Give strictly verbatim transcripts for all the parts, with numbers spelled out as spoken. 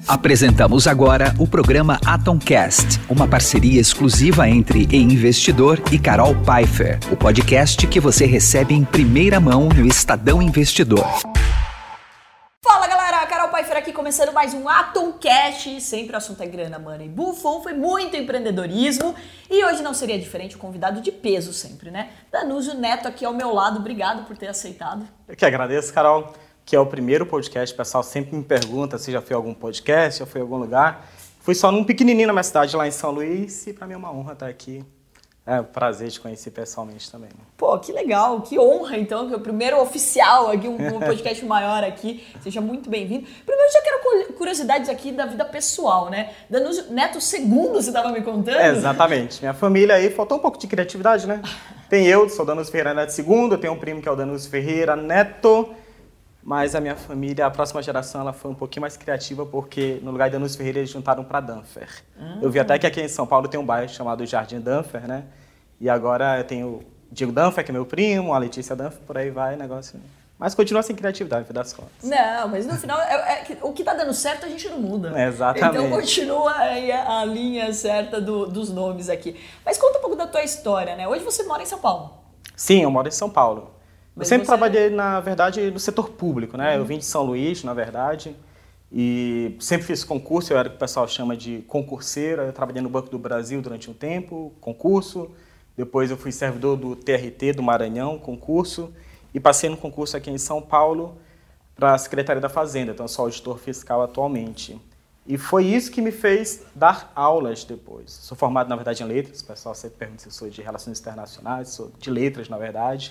Apresentamos agora o programa Atomcast, uma parceria exclusiva entre E Investidor e Carol Pfeiffer, o podcast que você recebe em primeira mão no Estadão Investidor. Fala galera, Carol Pfeiffer aqui começando mais um Atomcast, sempre o assunto é grana, money, buffon, foi muito empreendedorismo e hoje não seria diferente, o convidado de peso sempre, né? Danúzio Neto aqui ao meu lado, obrigado por ter aceitado. Eu que agradeço, Carol. Que é o primeiro podcast, o pessoal sempre me pergunta se já foi algum podcast, já foi em algum lugar. Fui só num pequenininho na minha cidade, lá em São Luís, e para mim é uma honra estar aqui. É um prazer te conhecer pessoalmente também. Pô, que legal, que honra então, que é o primeiro oficial aqui, um, um podcast maior aqui, seja muito bem-vindo. Primeiro já quero curiosidades aqui da vida pessoal, né? Danúzio Neto segundo, você estava me contando? É, exatamente, minha família aí, faltou um pouco de criatividade, né? Tem eu, sou Danúzio Ferreira Neto segundo, eu tenho um primo que é o Danúzio Ferreira Neto, mas a minha família, a próxima geração, ela foi um pouquinho mais criativa, porque no lugar de Danúzio Ferreira, eles juntaram para Danfer. Uhum. Eu vi até que aqui em São Paulo tem um bairro chamado Jardim Danfer, né? E agora eu tenho o Diego Danfer, que é meu primo, a Letícia Danfer, por aí vai, negócio... Mas continua sem criatividade, no fim das contas. Não, mas no final, é, é, o que tá dando certo a gente não muda. É, exatamente. Então continua aí a, a linha certa do, dos nomes aqui. Mas conta um pouco da tua história, né? Hoje você mora em São Paulo. Sim, eu moro em São Paulo. Mas eu sempre você... trabalhei, na verdade, no setor público, né? Uhum. Eu vim de São Luís, na verdade, e sempre fiz concurso, eu era o que o pessoal chama de concurseiro. Eu trabalhei no Banco do Brasil durante um tempo, concurso. Depois eu fui servidor do T R T do Maranhão, concurso. E passei no concurso aqui em São Paulo para a Secretaria da Fazenda, então eu sou auditor fiscal atualmente. E foi isso que me fez dar aulas depois. Sou formado, na verdade, em letras, o pessoal sempre pergunta se eu sou de relações internacionais, sou de letras, na verdade.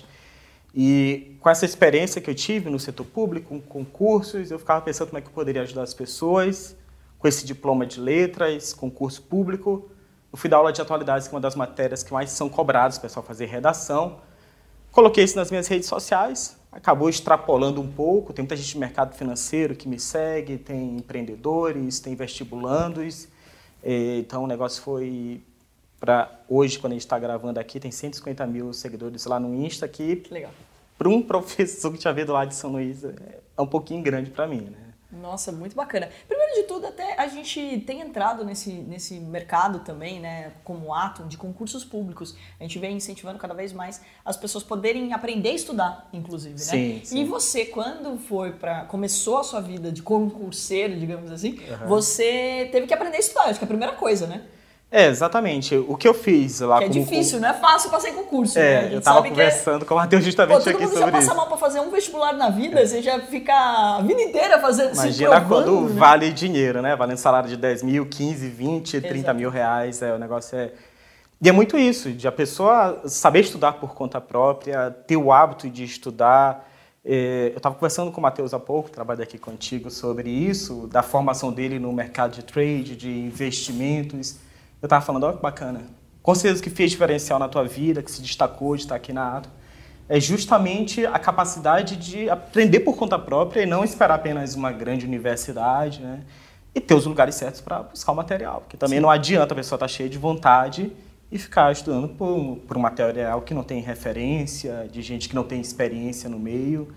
E com essa experiência que eu tive no setor público, com concursos, eu ficava pensando como é que eu poderia ajudar as pessoas. Com esse diploma de letras, concurso público, eu fui dar aula de atualidades, que é uma das matérias que mais são cobradas, o pessoal fazer redação. Coloquei isso nas minhas redes sociais, acabou extrapolando um pouco. Tem muita gente do mercado financeiro que me segue, tem empreendedores, tem vestibulandos. Então o negócio foi... Para hoje, quando a gente está gravando aqui, tem cento e cinquenta mil seguidores lá no Insta, que, que legal. Para um professor que tinha vindo lá de São Luís, é um pouquinho grande para mim, né? Nossa, muito bacana. Primeiro de tudo, até a gente tem entrado nesse, nesse mercado também, né, como Atom, de concursos públicos. A gente vem incentivando cada vez mais as pessoas poderem aprender a estudar, inclusive, né? Sim, sim. E você, quando foi para começou a sua vida de concurseiro, digamos assim, uhum. você teve que aprender a estudar, acho que é a primeira coisa, né? É, exatamente. O que eu fiz lá... Que é como... difícil, não é fácil passar em concurso. É, né? eu tava conversando é... com o Matheus justamente Pô, aqui sobre isso. Todo mundo já passa mal pra fazer um vestibular na vida, é. Você já fica a vida inteira fazendo... Imagina quando né? vale dinheiro, né? Valendo salário de dez mil, quinze, vinte, trinta Exato. Mil reais. É, o negócio é... E é muito isso, de a pessoa saber estudar por conta própria, ter o hábito de estudar. É, eu estava conversando com o Matheus há pouco, trabalho aqui contigo, sobre isso, da formação dele no mercado de trade, de investimentos. Eu estava falando, olha que bacana, com certeza que fez diferencial na tua vida, que se destacou de estar aqui na Atom, é justamente a capacidade de aprender por conta própria e não esperar apenas uma grande universidade, né? E ter os lugares certos para buscar o material, porque também Sim. não adianta a pessoa estar cheia de vontade e ficar estudando por, por um material que não tem referência, de gente que não tem experiência no meio.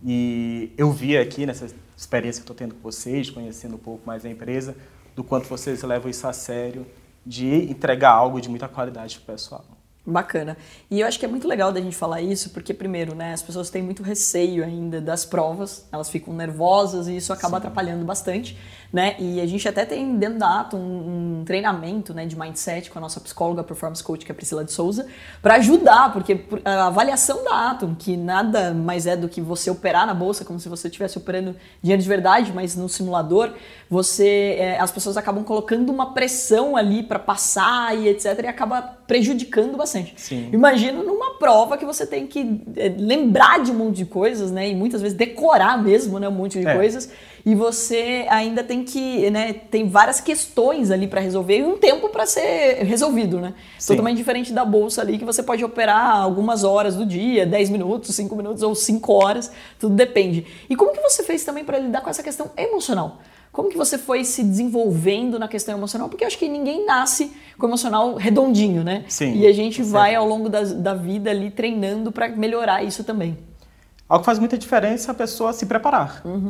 E eu vi aqui, nessa experiência que estou tendo com vocês, conhecendo um pouco mais a empresa, do quanto vocês levam isso a sério, de entregar algo de muita qualidade para o pessoal. Bacana. E eu acho que é muito legal da gente falar isso, porque primeiro, né, as pessoas têm muito receio ainda das provas, elas ficam nervosas e isso acaba Sim. atrapalhando bastante, né? E a gente até tem dentro da Atom um, um treinamento, né, de mindset com a nossa psicóloga performance coach, que é a Priscila de Souza, para ajudar, porque a avaliação da Atom, que nada mais é do que você operar na bolsa, como se você estivesse operando dinheiro de verdade, mas no simulador, você, é, as pessoas acabam colocando uma pressão ali para passar e etcétera e acaba prejudicando bastante. Sim. Imagina numa prova que você tem que é, lembrar de um monte de coisas, né? E muitas vezes decorar mesmo, né? Um monte de é. coisas. E você ainda tem que, né? Tem várias questões ali para resolver e um tempo para ser resolvido, né? Sim. Totalmente diferente da bolsa ali, que você pode operar algumas horas do dia, dez minutos, cinco minutos ou cinco horas, tudo depende. E como que você fez também para lidar com essa questão emocional? Como que você foi se desenvolvendo na questão emocional? Porque eu acho que ninguém nasce com o emocional redondinho, né? Sim, e a gente vai certo. ao longo da, da vida ali treinando para melhorar isso também. Algo que faz muita diferença é a pessoa se preparar. Uhum.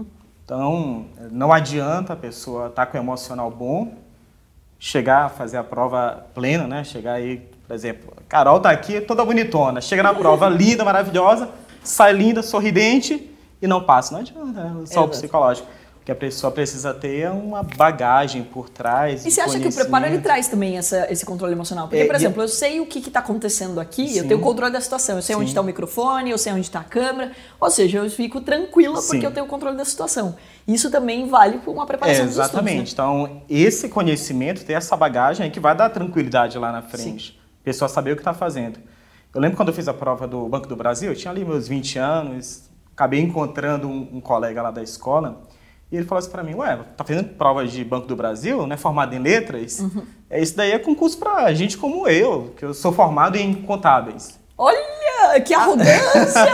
Então, não adianta a pessoa estar com o emocional bom, chegar a fazer a prova plena, né? Chegar aí, por exemplo, a Carol tá aqui toda bonitona, chega na prova linda, maravilhosa, sai linda, sorridente e não passa. Não adianta, é só o psicológico. Que a pessoa precisa ter uma bagagem por trás. E você acha que o preparo ele traz também essa, esse controle emocional? Porque, por é, exemplo, eu sei o que está acontecendo aqui, sim, eu tenho o controle da situação, eu sei sim, onde está o microfone, eu sei onde está a câmera, ou seja, eu fico tranquila sim, porque eu tenho o controle da situação. Isso também vale para uma preparação é, dos estudos. Exatamente. Né? Então, esse conhecimento, ter essa bagagem é que vai dar tranquilidade lá na frente. Sim. A pessoa saber o que está fazendo. Eu lembro quando eu fiz a prova do Banco do Brasil, eu tinha ali meus vinte anos, acabei encontrando um, um colega lá da escola. E ele falou assim pra mim, ué, tá fazendo prova de Banco do Brasil, né, formado em letras? Uhum. É, isso daí é concurso pra gente como eu, que eu sou formado em contábeis. Olha, que arrogância!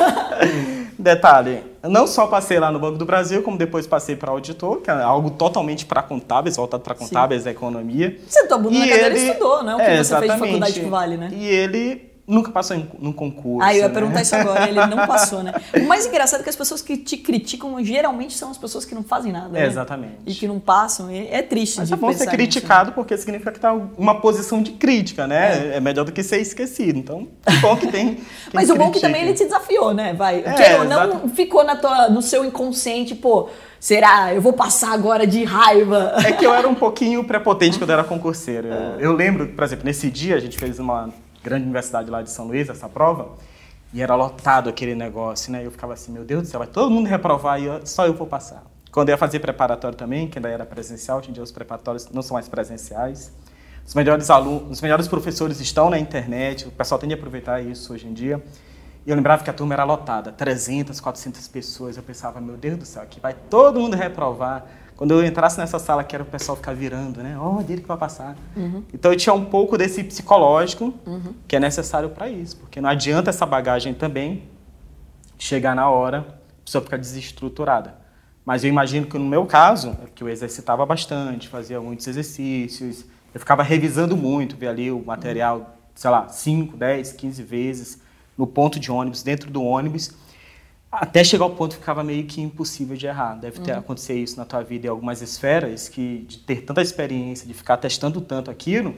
Detalhe, não só passei lá no Banco do Brasil, como depois passei para auditor, que é algo totalmente para contábeis, voltado para contábeis, a economia. Você tua bunda na cadeira ele... estudou, né? O que é, você fez de faculdade que vale, né? E ele... nunca passou em num concurso. Ah, eu ia né? perguntar isso agora, ele não passou, né? O mais engraçado é que as pessoas que te criticam geralmente são as pessoas que não fazem nada, é, né? Exatamente. E que não passam, é triste. Mas de é bom ser criticado, nisso, porque significa que está uma posição de crítica, né? É, é melhor do que ser esquecido, então é bom que tem Mas o bom é que também ele te desafiou, né? Vai, é, não ficou na tua, no seu inconsciente, pô, será? Eu vou passar agora de raiva. É que eu era um pouquinho prepotente quando eu era concurseiro. Eu, eu lembro, por exemplo, nesse dia a gente fez uma grande universidade lá de São Luís, essa prova, e era lotado aquele negócio, né? Eu ficava assim, meu Deus do céu, vai todo mundo reprovar e eu, só eu vou passar. Quando eu ia fazer preparatório também, que ainda era presencial, hoje em dia os preparatórios não são mais presenciais. Os melhores alunos, os melhores professores estão na internet, o pessoal tem de aproveitar isso hoje em dia. E eu lembrava que a turma era lotada, trezentas, quatrocentas pessoas. Eu pensava, meu Deus do céu, aqui vai todo mundo reprovar. Quando eu entrasse nessa sala, que era o pessoal ficar virando, né? Ó, oh, dele que vai passar. Uhum. Então, eu tinha um pouco desse psicológico uhum. que é necessário para isso. Porque não adianta essa bagagem também chegar na hora, a pessoa ficar desestruturada. Mas eu imagino que no meu caso, é que eu exercitava bastante, fazia muitos exercícios, eu ficava revisando muito, via ali o material, uhum. sei lá, cinco, dez, quinze vezes, no ponto de ônibus, dentro do ônibus, até chegar ao ponto que ficava meio que impossível de errar. Deve ter uhum. acontecido isso na tua vida em algumas esferas, que de ter tanta experiência, de ficar testando tanto aquilo,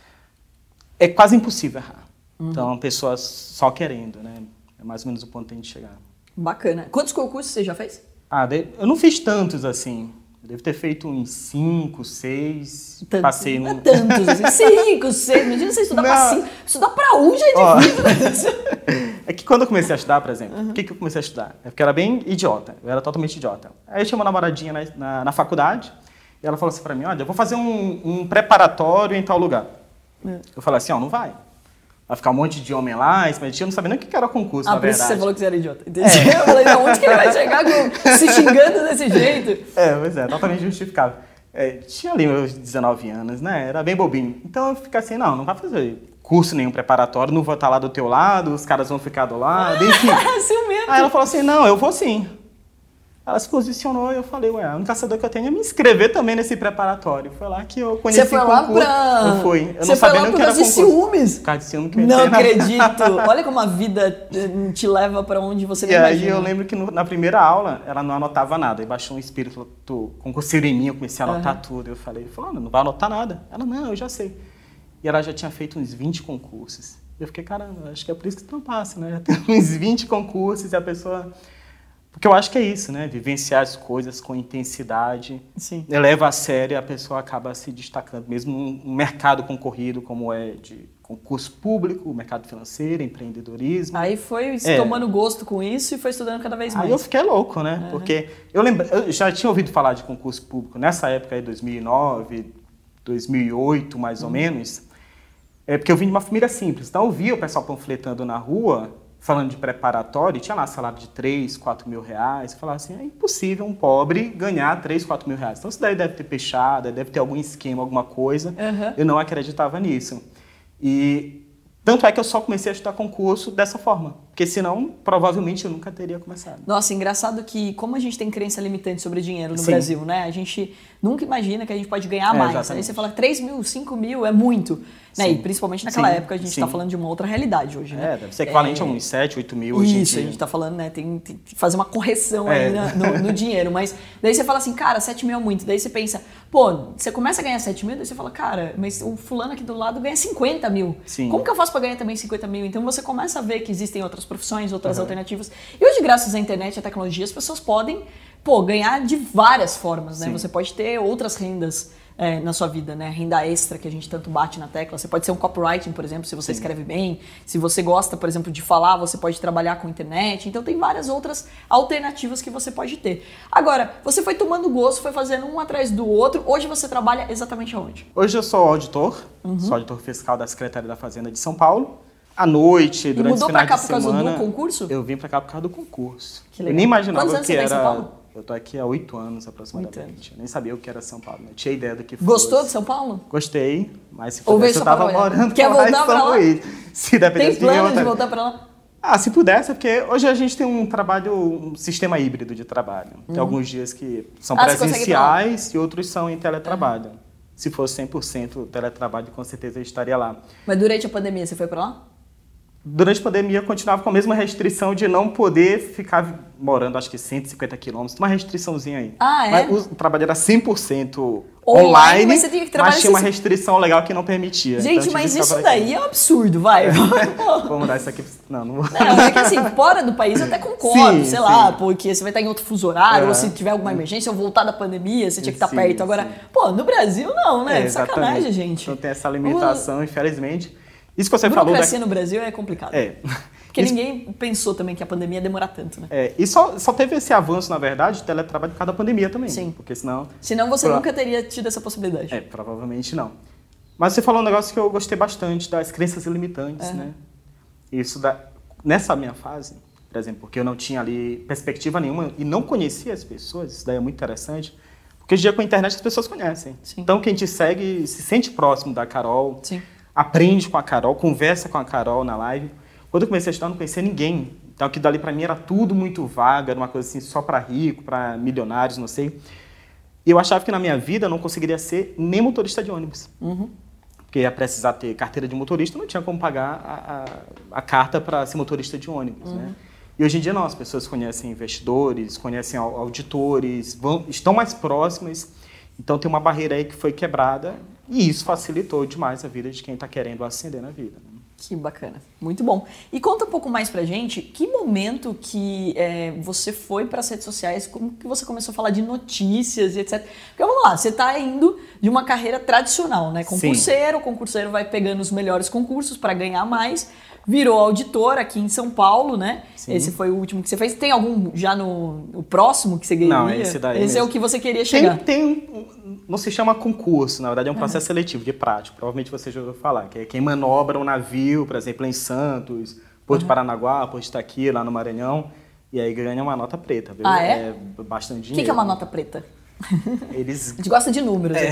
é quase impossível errar. Uhum. Então, a pessoa só querendo, né? É mais ou menos o ponto que tem de chegar. Bacana. Quantos concursos você já fez? Ah, eu não fiz tantos assim. Eu devo ter feito uns cinco, seis, Tanto, passei no... Não tantos, assim, cinco, seis, imagina você estudar para cinco, estudar para um já é difícil. É que quando eu comecei a estudar, por exemplo, uhum. o que, que eu comecei a estudar? É porque eu era bem idiota, eu era totalmente idiota. Aí eu tinha uma namoradinha na, na, na faculdade, e ela falou assim para mim, olha, eu vou fazer um, um preparatório em tal lugar. Uhum. Eu falei assim, ó, não vai. Vai ficar um monte de homem lá, mas eu não sabia nem o que era concurso, ah, na verdade. Ah, por isso você falou que você era idiota. Entendi. É. Eu falei, onde que ele vai chegar com, se xingando desse jeito? É, pois é, totalmente justificável. É, tinha ali meus dezenove anos, né? Era bem bobinho. Então eu fiquei assim, não, não vai fazer curso nenhum preparatório, não vou estar lá do teu lado, os caras vão ficar do lado, enfim. Assim mesmo. Aí ela falou assim, não, eu vou sim. Ela se posicionou e eu falei, ué, a única saída que eu tenho é me inscrever também nesse preparatório. Foi lá que eu conheci o concurso. Você foi lá pra... Eu fui. Eu Você não sabia nem o que era concurso. ciúmes? Por causa de ciúme que eu Não acredito. Olha como a vida te leva pra onde você nem imagina. E aí eu lembro que no, na primeira aula, ela não anotava nada. E baixou um espírito concurseiro em mim, eu comecei a anotar uhum. tudo. Eu falei, fulano, não vai anotar nada. Ela, não, eu já sei. E ela já tinha feito uns vinte concursos. Eu fiquei, caramba, acho que é por isso que tu não passa, né? Já tem uns vinte concursos e a pessoa... Porque eu acho que é isso, né? Vivenciar as coisas com intensidade, Sim. eleva a sério e a pessoa acaba se destacando. Mesmo num mercado concorrido como é de concurso público, mercado financeiro, empreendedorismo. Aí foi é. tomando gosto com isso e foi estudando cada vez mais. Aí eu fiquei louco, né? Uhum. Porque eu, lembra, eu já tinha ouvido falar de concurso público nessa época aí, dois mil e nove, dois mil e oito, mais uhum. ou menos. É porque eu vim de uma família simples. Então eu via o pessoal panfletando na rua, falando de preparatório, tinha lá salário de três, quatro mil reais. Eu falava assim, é impossível um pobre ganhar três, quatro mil reais. Então isso daí deve ter fechado, deve ter algum esquema, alguma coisa. Uhum. Eu não acreditava nisso. E tanto é que eu só comecei a estudar concurso dessa forma. porque senão, provavelmente, eu nunca teria começado. Nossa, engraçado que como a gente tem crença limitante sobre dinheiro no Sim. Brasil, né? A gente nunca imagina que a gente pode ganhar É, mais. exatamente. Aí você fala três mil, cinco mil é muito. Né? E principalmente naquela Sim. época a gente Sim. está falando de uma outra realidade hoje, né? É, deve ser equivalente É... a uns sete, oito mil hoje em Isso, dia. a gente tá falando, né? Tem, tem que fazer uma correção É. aí na- no, no dinheiro. Mas daí você fala assim, cara, sete mil é muito. Daí você pensa, pô, você começa a ganhar sete mil, daí você fala, cara, mas o fulano aqui do lado ganha cinquenta mil. Sim. Como que eu faço pra ganhar também cinquenta mil? Então você começa a ver que existem outras profissões, outras uhum. alternativas. E hoje, graças à internet e à tecnologia, as pessoas podem, pô, ganhar de várias formas, né? Sim. Você pode ter outras rendas é, na sua vida, né? Renda extra que a gente tanto bate na tecla. Você pode ser um copywriting, por exemplo, se você Sim. escreve bem. Se você gosta, por exemplo, de falar, você pode trabalhar com internet. Então tem várias outras alternativas que você pode ter. Agora, você foi tomando gosto, foi fazendo um atrás do outro. Hoje você trabalha exatamente aonde? Hoje eu sou auditor, uhum. sou auditor fiscal da Secretaria da Fazenda de São Paulo. À noite, durante os finais de semana... E mudou pra cá por causa do concurso? Eu vim pra cá por causa do concurso. Que legal. Eu nem imaginava Quantos anos que você era... tá em São Paulo? Eu tô aqui há oito anos aproximadamente. Oito anos. Eu nem sabia o que era São Paulo. Não tinha ideia do que fosse. Gostou de São Paulo? Gostei, mas se Ou pudesse eu tava morando Quer lá voltar em São pra lá? Luís. Se dependesse Tem plano de, de voltar pra lá? Ah, se pudesse, porque hoje a gente tem um trabalho, um sistema híbrido de trabalho. Tem uhum. alguns dias que são ah, presenciais e outros são em teletrabalho. Uhum. Se fosse cem por cento teletrabalho, com certeza eu estaria lá. Mas durante a pandemia você foi pra lá? Durante a pandemia eu continuava com a mesma restrição de não poder ficar morando, acho que cento e cinquenta quilômetros, uma restriçãozinha aí. Ah, é? Mas o trabalho era cem por cento online, online, mas, você tinha que trabalhar mas tinha uma restrição legal que não permitia. Gente, então, mas isso daí é um absurdo, vai. É. Vou mudar isso aqui. Não, não vou. Não, é que assim, fora do país eu até concordo, sim, sei sim. lá, porque você vai estar em outro fuso horário, é. ou se tiver alguma emergência, ou voltar da pandemia, você tinha que estar sim, perto. Agora, sim. pô, no Brasil não, né? É, sacanagem, gente. Então tem essa limitação, Vamos... infelizmente. Isso que você falou. A burocracia da... no Brasil é complicado. É. Porque Isso... ninguém pensou também que a pandemia ia demorar tanto, né? É, e só, só teve esse avanço, na verdade, de teletrabalho por causa da pandemia também. Sim. Porque senão... Senão você Pro... nunca teria tido essa possibilidade. É, provavelmente não. Mas você falou um negócio que eu gostei bastante, das crenças limitantes, uhum. né? Isso, da... nessa minha fase, por exemplo, porque eu não tinha ali perspectiva nenhuma e não conhecia as pessoas, isso daí é muito interessante, porque hoje em dia com a internet as pessoas conhecem. Sim. Então quem te segue se sente próximo da Carol, Sim. aprende com a Carol, conversa com a Carol na live. Quando eu comecei a estudar, eu não conhecia ninguém. Então, aquilo dali para mim era tudo muito vago, era uma coisa assim só para rico, para milionários, não sei. E eu achava que na minha vida eu não conseguiria ser nem motorista de ônibus. Uhum. Porque ia precisar ter carteira de motorista, não tinha como pagar a, a, a carta para ser motorista de ônibus, uhum. né? E hoje em dia não, as pessoas conhecem investidores, conhecem auditores, vão, estão mais próximas. Então tem uma barreira aí que foi quebrada e isso facilitou demais a vida de quem está querendo ascender na vida. Né? Que bacana, muito bom. E conta um pouco mais pra gente, que momento que é, você foi para as redes sociais, como que você começou a falar de notícias e etcétera. Porque vamos lá, você tá indo de uma carreira tradicional, né? Concurseiro, o concurseiro vai pegando os melhores concursos para ganhar mais, virou auditor aqui em São Paulo, né? Sim. Esse foi o último que você fez. Tem algum já no o próximo que você queria? Não, esse daí Esse mesmo. é o que você queria chegar. Tem, tem não se chama concurso, na verdade é um processo uhum. seletivo de prática. Provavelmente você já ouviu falar, que é quem manobra um navio, por exemplo, em Santos, Porto uhum. de Paranaguá, Porto de Itaqui, lá no Maranhão, e aí ganha uma nota preta, viu? Ah, é? É bastante dinheiro. O que, que é uma nota preta? Eles... A gente gosta de números. É.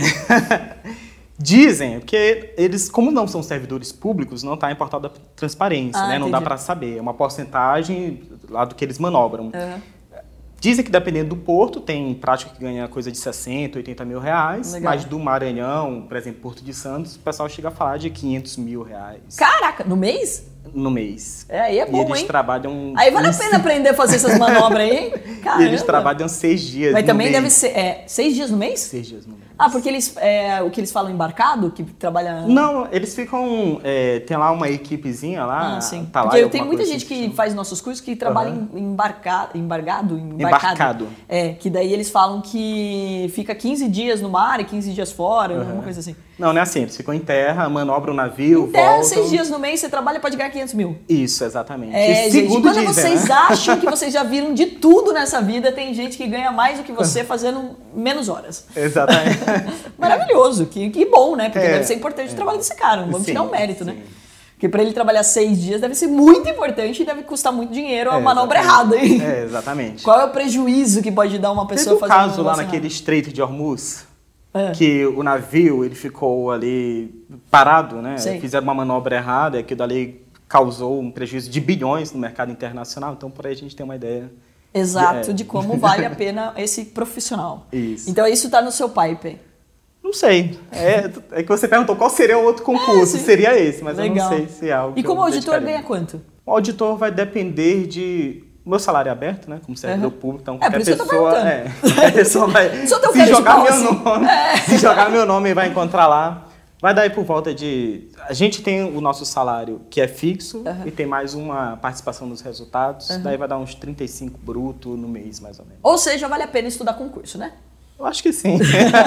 Dizem, porque eles, como não são servidores públicos, não está em portal da transparência, ah, né? Não entendi. dá para saber. É uma porcentagem lá do que eles manobram. Uhum. Dizem que dependendo do porto, tem prática que ganha coisa de sessenta, oitenta mil reais. Legal. Mas do Maranhão, por exemplo, Porto de Santos, o pessoal chega a falar de quinhentos mil reais. Caraca, no mês? No mês. É, aí é bom, e eles hein? trabalham... Aí vale a pena aprender a fazer essas manobras aí, hein? Caramba. E eles trabalham seis dias Mas no também mês. deve ser... É, seis dias no mês? Seis dias no mês. Ah, porque eles... É, o que eles falam embarcado? Que trabalha... Não, eles ficam... É, tem lá uma equipezinha lá. Ah, sim. Tá porque lá, tem muita gente assim que faz nossos cursos que trabalha uhum. em embarcado, embargado, embarcado. Embarcado. É, que daí eles falam que fica quinze dias no mar e quinze dias fora, uhum. alguma coisa assim. Não, não é assim. Eles ficam em terra, manobram o navio, em terra, voltam... seis dias no mês, você trabalha e pode ganhar quinhentos mil. Isso, exatamente. É, e gente, segundo quando dizem, vocês né? acham que vocês já viram de tudo nessa vida, tem gente que ganha mais do que você fazendo menos horas. Exatamente. Maravilhoso, que, que bom, né? Porque é, deve ser importante é. o trabalho desse cara, não vamos sim, tirar o mérito, sim. né? Porque pra ele trabalhar seis dias deve ser muito importante e deve custar muito dinheiro a é, manobra errada. Hein? É, exatamente. Qual é o prejuízo que pode dar uma pessoa Teve um fazendo caso um lá negócio naquele errado? Estreito de Hormuz, É. que o navio ele ficou ali parado, né? Sei. Fizeram uma manobra errada e aquilo ali causou um prejuízo de bilhões no mercado internacional. Então, por aí a gente tem uma ideia. Exato, de, é. de como vale a pena esse profissional. Isso. Então, isso está no seu pipe. Não sei. É, é que você perguntou qual seria o outro concurso. É, seria esse, mas legal. eu não sei se é algo. E como auditor dedicaria. ganha quanto? O auditor vai depender de... O meu salário é aberto, né? Como servidor uhum. público, então é, qualquer pessoa... É, qualquer pessoa vai... Só se jogar meu assim. nome, é. se jogar meu nome, vai encontrar lá. Vai dar aí por volta de... A gente tem o nosso salário que é fixo uhum. e tem mais uma participação nos resultados. Uhum. Daí vai dar uns trinta e cinco bruto no mês, mais ou menos. Ou seja, vale a pena estudar concurso, né? Eu acho que sim.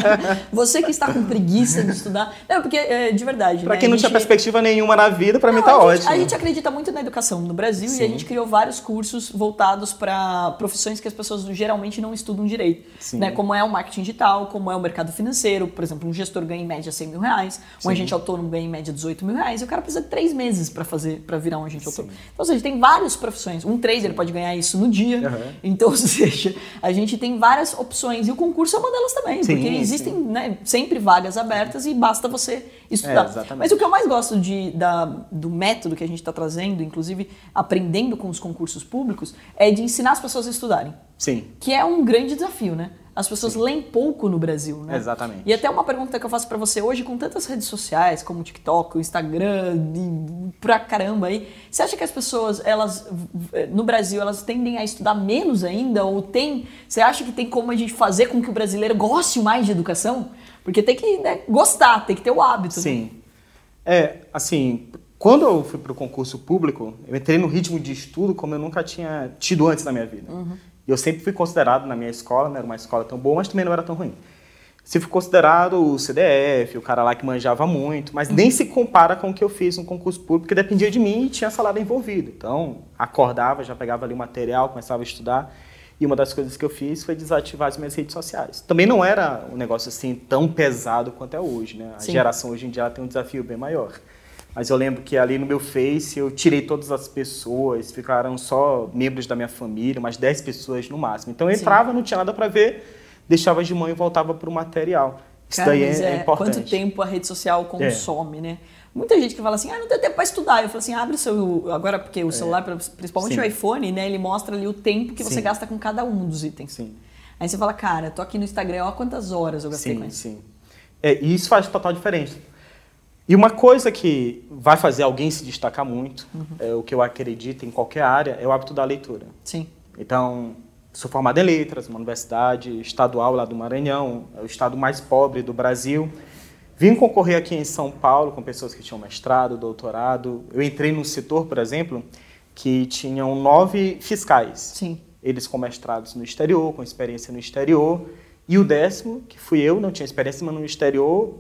Você que está com preguiça de estudar... Não, porque, é, de verdade... Pra né, quem não gente... tinha perspectiva nenhuma na vida, pra não, mim tá a ótimo. Gente, a gente acredita muito na educação no Brasil sim. e a gente criou vários cursos voltados para profissões que as pessoas geralmente não estudam direito. Né? Como é o marketing digital, como é o mercado financeiro. Por exemplo, um gestor ganha em média cem mil reais, um sim. agente autônomo ganha em média dezoito mil reais e o cara precisa de três meses para fazer, para virar um agente sim. autônomo. Então, ou seja, tem várias profissões. Um trader pode ganhar isso no dia. Uhum. Então, ou seja, a gente tem várias opções e o concurso é uma delas também. Sim. Porque existem né, sempre vagas abertas e basta você estudar. É, Mas o que eu mais gosto de, da, do método que a gente está trazendo, inclusive aprendendo com os concursos públicos, é de ensinar as pessoas a estudarem. Sim. Que é um grande desafio, né? As pessoas Sim. leem pouco no Brasil, né? Exatamente. E até uma pergunta que eu faço para você hoje, com tantas redes sociais, como o TikTok, o Instagram, e pra caramba aí, você acha que as pessoas, elas, no Brasil, elas tendem a estudar menos ainda? Ou tem, você acha que tem como a gente fazer com que o brasileiro goste mais de educação? Porque tem que né, gostar, tem que ter o hábito. Sim. Né? É, assim, quando eu fui pro concurso público, eu entrei no ritmo de estudo como eu nunca tinha tido antes na minha vida. Uhum. Eu sempre fui considerado na minha escola, não era uma escola tão boa, mas também não era tão ruim. Sempre fui considerado o C D F, o cara lá que manjava muito, mas uhum. nem se compara com o que eu fiz no concurso público, porque dependia de mim e tinha salário envolvido. Então, acordava, já pegava ali o material, começava a estudar. E uma das coisas que eu fiz foi desativar as minhas redes sociais. Também não era um negócio assim tão pesado quanto é hoje, né? A Sim. geração hoje em dia ela tem um desafio bem maior. Mas eu lembro que ali no meu Face eu tirei todas as pessoas, ficaram só membros da minha família, umas dez pessoas no máximo. Então eu entrava, Sim. não tinha nada para ver, deixava de mão e voltava para o material. Isso Cara, daí é, é, é importante. Quanto tempo a rede social consome, é. né? Muita gente que fala assim, ah, não tem tempo para estudar. Eu falo assim, abre o seu... Agora, porque o celular, é. principalmente Sim. o iPhone, né, ele mostra ali o tempo que Sim. você gasta com cada um dos itens. Sim. Aí você fala, cara, tô aqui no Instagram, olha quantas horas eu gastei sim, com isso. Sim, é, e isso faz total diferença. E uma coisa que vai fazer alguém se destacar muito, uhum. é o que eu acredito em qualquer área, é o hábito da leitura. Sim. Então, sou formado em letras, uma universidade estadual lá do Maranhão, é o estado mais pobre do Brasil. Vim concorrer aqui em São Paulo com pessoas que tinham mestrado, doutorado. Eu entrei num setor, por exemplo, que tinham nove fiscais. Sim. Eles com mestrados no exterior, com experiência no exterior. E o décimo, que fui eu, não tinha experiência, mas no exterior,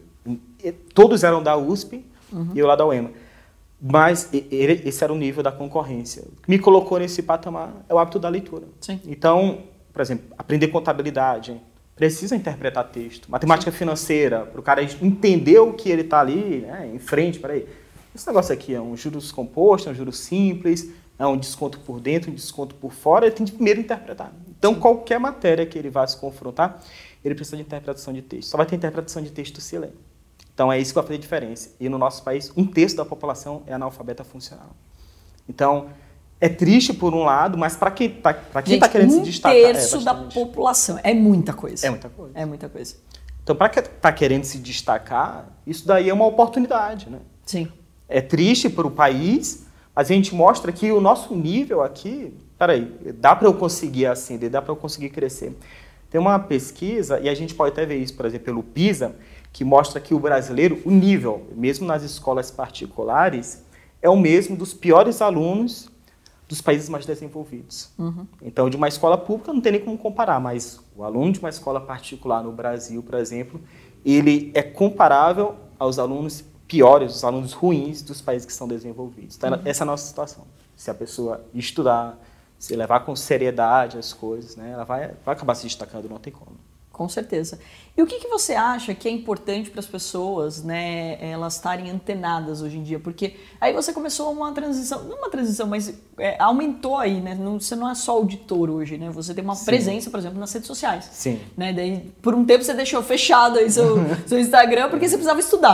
todos eram da U S P uhum. e eu lá da U E M A. Mas esse era o nível da concorrência. O que me colocou nesse patamar é o hábito da leitura. Sim. Então, por exemplo, aprender contabilidade, precisa interpretar texto. Matemática Sim. financeira, para o cara entender o que ele está ali, né, em frente, peraí. Esse negócio aqui é um juros composto, é um juros simples, é um desconto por dentro, um desconto por fora, ele tem de primeiro interpretar. Então, Sim. qualquer matéria que ele vá se confrontar, ele precisa de interpretação de texto. Só vai ter interpretação de texto se ler. Então, é isso que vai fazer diferença. E no nosso país, um terço da população é analfabeta funcional. Então, é triste por um lado, mas para quem está tá querendo um se destacar... Um terço é da população. É muita coisa. É muita coisa. É muita coisa. Então, para quem está querendo se destacar, isso daí é uma oportunidade, né? Sim. É triste para o país, mas a gente mostra que o nosso nível aqui... Peraí, dá para eu conseguir ascender, dá para eu conseguir crescer. Tem uma pesquisa, e a gente pode até ver isso, por exemplo, pelo PISA, que mostra que o brasileiro, o nível, mesmo nas escolas particulares, é o mesmo dos piores alunos dos países mais desenvolvidos. Uhum. Então, de uma escola pública não tem nem como comparar, mas o aluno de uma escola particular no Brasil, por exemplo, ele é comparável aos alunos piores, os alunos ruins dos países que são desenvolvidos. Então, uhum. essa é a nossa situação. Se a pessoa estudar, se levar com seriedade as coisas, né, ela vai, vai acabar se destacando, não tem como. Com certeza. E o que, que você acha que é importante para as pessoas, né, elas estarem antenadas hoje em dia? Porque aí você começou uma transição, não uma transição, mas é, aumentou aí, né? Não, você não é só auditor hoje, né? Você tem uma Sim. presença, por exemplo, nas redes sociais. Sim. Né? Daí, por um tempo você deixou fechado aí seu, seu Instagram porque você precisava estudar.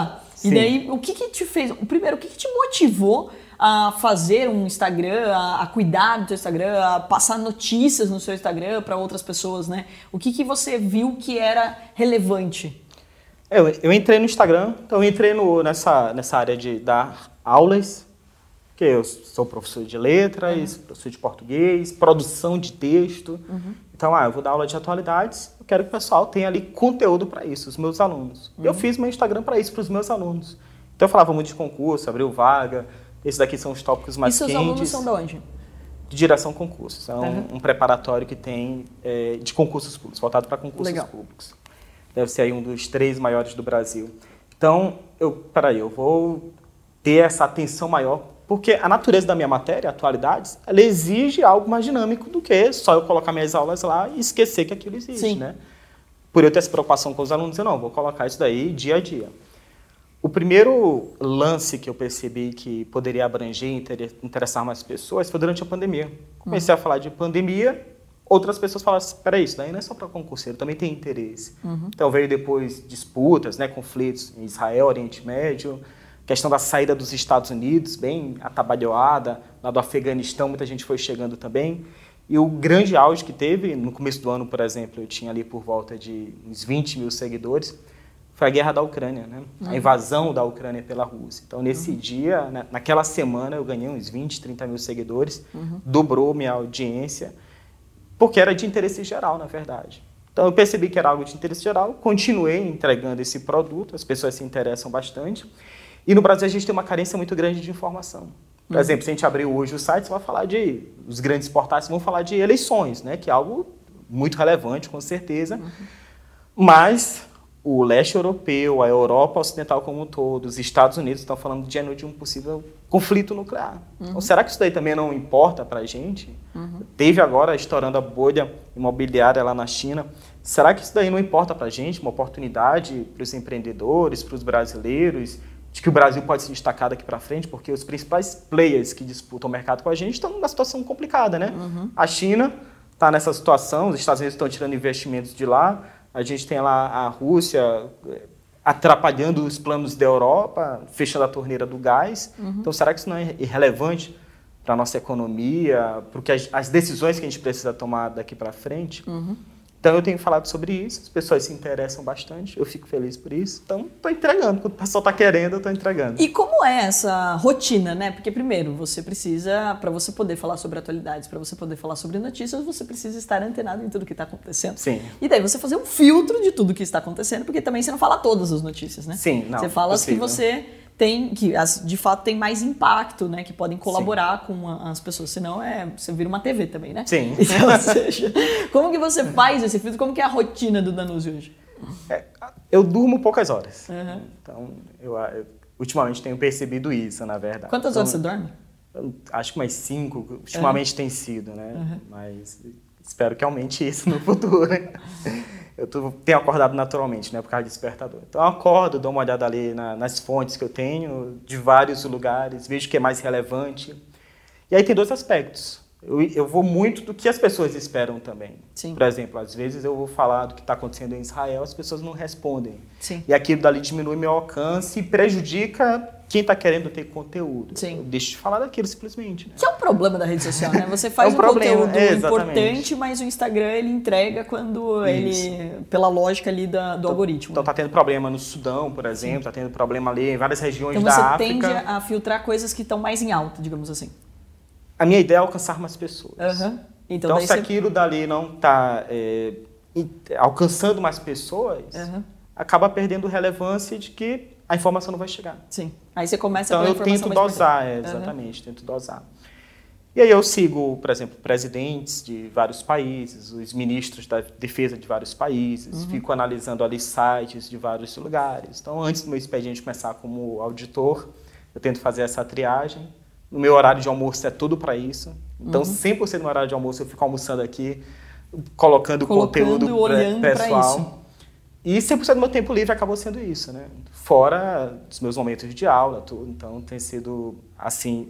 E Sim. daí, o que que te fez... Primeiro, o que que te motivou a fazer um Instagram, a, a cuidar do seu Instagram, a passar notícias no seu Instagram para outras pessoas, né? O que que você viu que era relevante? Eu, eu entrei no Instagram, então eu entrei no, nessa, nessa área de dar aulas, que eu sou professor de letras, uhum. professor de português, produção de texto. Uhum. Então, ah, eu vou dar aula de atualidades, eu quero que o pessoal tenha ali conteúdo para isso, os meus alunos. Uhum. Eu fiz meu Instagram para isso, para os meus alunos. Então eu falava muito de concurso, abriu vaga, esses daqui são os tópicos mais quentes. E seus alunos são de onde? De direção concursos. É um, uhum. um preparatório que tem é, de concursos públicos, voltado para concursos Legal. públicos. Deve ser aí um dos três maiores do Brasil. Então, eu, peraí, eu vou ter essa atenção maior, porque a natureza da minha matéria, atualidades, ela exige algo mais dinâmico do que só eu colocar minhas aulas lá e esquecer que aquilo existe, Sim. né? Por eu ter essa preocupação com os alunos, eu não, vou colocar isso daí dia a dia. O primeiro lance que eu percebi que poderia abranger e interessar mais pessoas foi durante a pandemia. Comecei uhum. a falar de pandemia, outras pessoas falaram assim, peraí, isso daí não é só para concurseiro, também tem interesse. Uhum. Então veio depois disputas, né, conflitos em Israel, Oriente Médio, questão da saída dos Estados Unidos, bem atabalhoada, lá do Afeganistão, muita gente foi chegando também. E o grande auge que teve, no começo do ano, por exemplo, eu tinha ali por volta de uns vinte mil seguidores, foi a guerra da Ucrânia, né? Uhum. A invasão da Ucrânia pela Rússia. Então, nesse uhum. dia, né, naquela semana, eu ganhei uns vinte, trinta mil seguidores, uhum. dobrou minha audiência, porque era de interesse geral, na verdade. Então, eu percebi que era algo de interesse geral, continuei entregando esse produto, as pessoas se interessam bastante. E no Brasil, a gente tem uma carência muito grande de informação. Por uhum. exemplo, se a gente abrir hoje o site, você vai falar de... Os grandes portais vão falar de eleições, né? Que é algo muito relevante, com certeza. Uhum. Mas o leste europeu, a Europa ocidental como um todo, os Estados Unidos estão falando de, de um possível conflito nuclear. Uhum. Então, será que isso daí também não importa para a gente? Uhum. Teve agora, estourando a bolha imobiliária lá na China. Será que isso daí não importa para a gente? Uma oportunidade para os empreendedores, para os brasileiros, de que o Brasil pode se destacar daqui para frente, porque os principais players que disputam o mercado com a gente estão numa situação complicada, né? Uhum. A China está nessa situação, os Estados Unidos estão tirando investimentos de lá, a gente tem lá a Rússia atrapalhando os planos da Europa, fechando a torneira do gás. Uhum. Então, será que isso não é irrelevante para a nossa economia, para as, as decisões que a gente precisa tomar daqui para frente? Uhum. Então, eu tenho falado sobre isso, as pessoas se interessam bastante, eu fico feliz por isso. Então, estou entregando. Quando o pessoal está querendo, eu estou entregando. E como é essa rotina, né? Porque, primeiro, você precisa, para você poder falar sobre atualidades, para você poder falar sobre notícias, você precisa estar antenado em tudo que está acontecendo. Sim. E daí você fazer um filtro de tudo que está acontecendo, porque também você não fala todas as notícias, né? Sim, não. Você fala as que possível. você... tem, que de fato tem mais impacto, né? Que podem colaborar Sim. com a, as pessoas. Senão é, você vira uma T V também, né? Sim. Então, ou seja, como que você faz esse filtro? Como que é a rotina do Danuzzi hoje? É, eu durmo poucas horas. Uhum. Então, eu, eu ultimamente tenho percebido isso, na verdade. Quantas então, horas você dorme? Eu, acho que mais cinco, ultimamente uhum. tem sido, né? Uhum. Mas espero que aumente isso no futuro, né? Eu tô, tenho acordado naturalmente, né, por causa do despertador. Então eu acordo, dou uma olhada ali na, nas fontes que eu tenho, de vários lugares, vejo o que é mais relevante. E aí tem dois aspectos. Eu, eu vou muito do que as pessoas esperam também. Sim. Por exemplo, às vezes eu vou falar do que está acontecendo em Israel, as pessoas não respondem. Sim. E aquilo dali diminui meu alcance e prejudica quem está querendo ter conteúdo. Sim. Eu deixo de falar daquilo simplesmente. Né? Que é o problema da rede social, né? Você faz é um, um problema, conteúdo é, importante, mas o Instagram ele entrega quando Isso. ele, pela lógica ali da, do então, algoritmo. Então né? Tá tendo problema no Sudão, por exemplo, Sim. tá tendo problema ali em várias regiões então, da África. África. Então você tende a filtrar coisas que estão mais em alta, digamos assim. A minha ideia é alcançar mais pessoas. Uhum. Então, então se você... aquilo dali não está é, alcançando mais pessoas, uhum. acaba perdendo relevância de que a informação não vai chegar. Sim. Aí você começa então, a eu tento dosar, é, exatamente, uhum. tento dosar. E aí eu sigo, por exemplo, presidentes de vários países, os ministros da defesa de vários países, uhum. fico analisando ali sites de vários lugares. Então, antes do meu expediente começar como auditor, eu tento fazer essa triagem. No meu horário de almoço é tudo para isso. Então, uhum. cem por cento do meu horário de almoço eu fico almoçando aqui, colocando, colocando conteúdo olhando pessoal. Isso. E cem por cento do meu tempo livre acabou sendo isso, né? Fora dos meus momentos de aula, tudo. Então, tem sido, assim,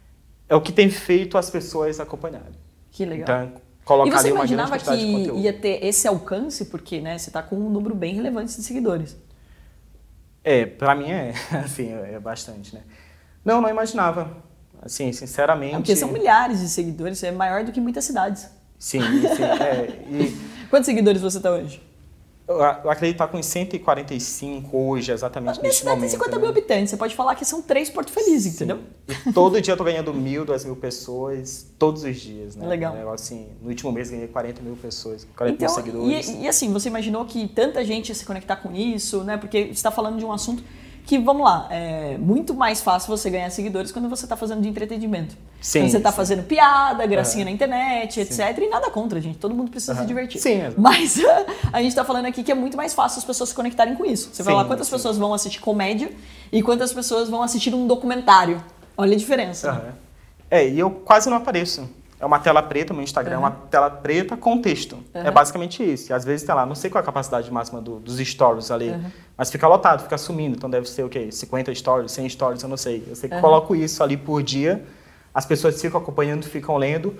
é o que tem feito as pessoas acompanharem. Que legal. Então, colocar e você ali uma imaginava grande quantidade de conteúdo. Que ia ter esse alcance? Porque né, você está com um número bem relevante de seguidores. É, para mim é, assim, é bastante, né? Não, não imaginava. Assim, sinceramente... É porque são milhares de seguidores, é maior do que muitas cidades. Sim, sim. É, e Quantos seguidores você está hoje? eu, eu acredito estar com cento e quarenta e cinco hoje, exatamente Minha neste cidade momento. tem cinquenta né? mil habitantes, você pode falar que são três Porto Felizes, Sim. entendeu? E todo dia eu tô ganhando mil, duas mil pessoas, todos os dias, né? Legal. É, assim, no último mês ganhei quarenta mil pessoas, quarenta Então, mil seguidores. e, e assim, você imaginou que tanta gente ia se conectar com isso, né? Porque você está falando de um assunto que, vamos lá, é muito mais fácil você ganhar seguidores quando você está fazendo de entretenimento. Sim, quando você está sim. fazendo piada, gracinha Uhum. na internet, etcétera. Sim. E nada contra, gente. Todo mundo precisa Uhum. se divertir. Sim, exato. Mas a gente está falando aqui que é muito mais fácil as pessoas se conectarem com isso. Você vai Sim, lá, quantas sim. pessoas vão assistir comédia e quantas pessoas vão assistir um documentário. Olha a diferença. né? Uhum. É, e eu quase não apareço. É uma tela preta, meu Instagram é uma tela preta com texto. É basicamente isso. E às vezes, tá lá, não sei qual é a capacidade máxima do- dos stories ali, mas fica lotado, fica sumindo. Então deve ser o quê? cinquenta stories, cem stories, eu não sei. Eu sei que coloco isso ali por dia, as pessoas ficam acompanhando, ficam lendo,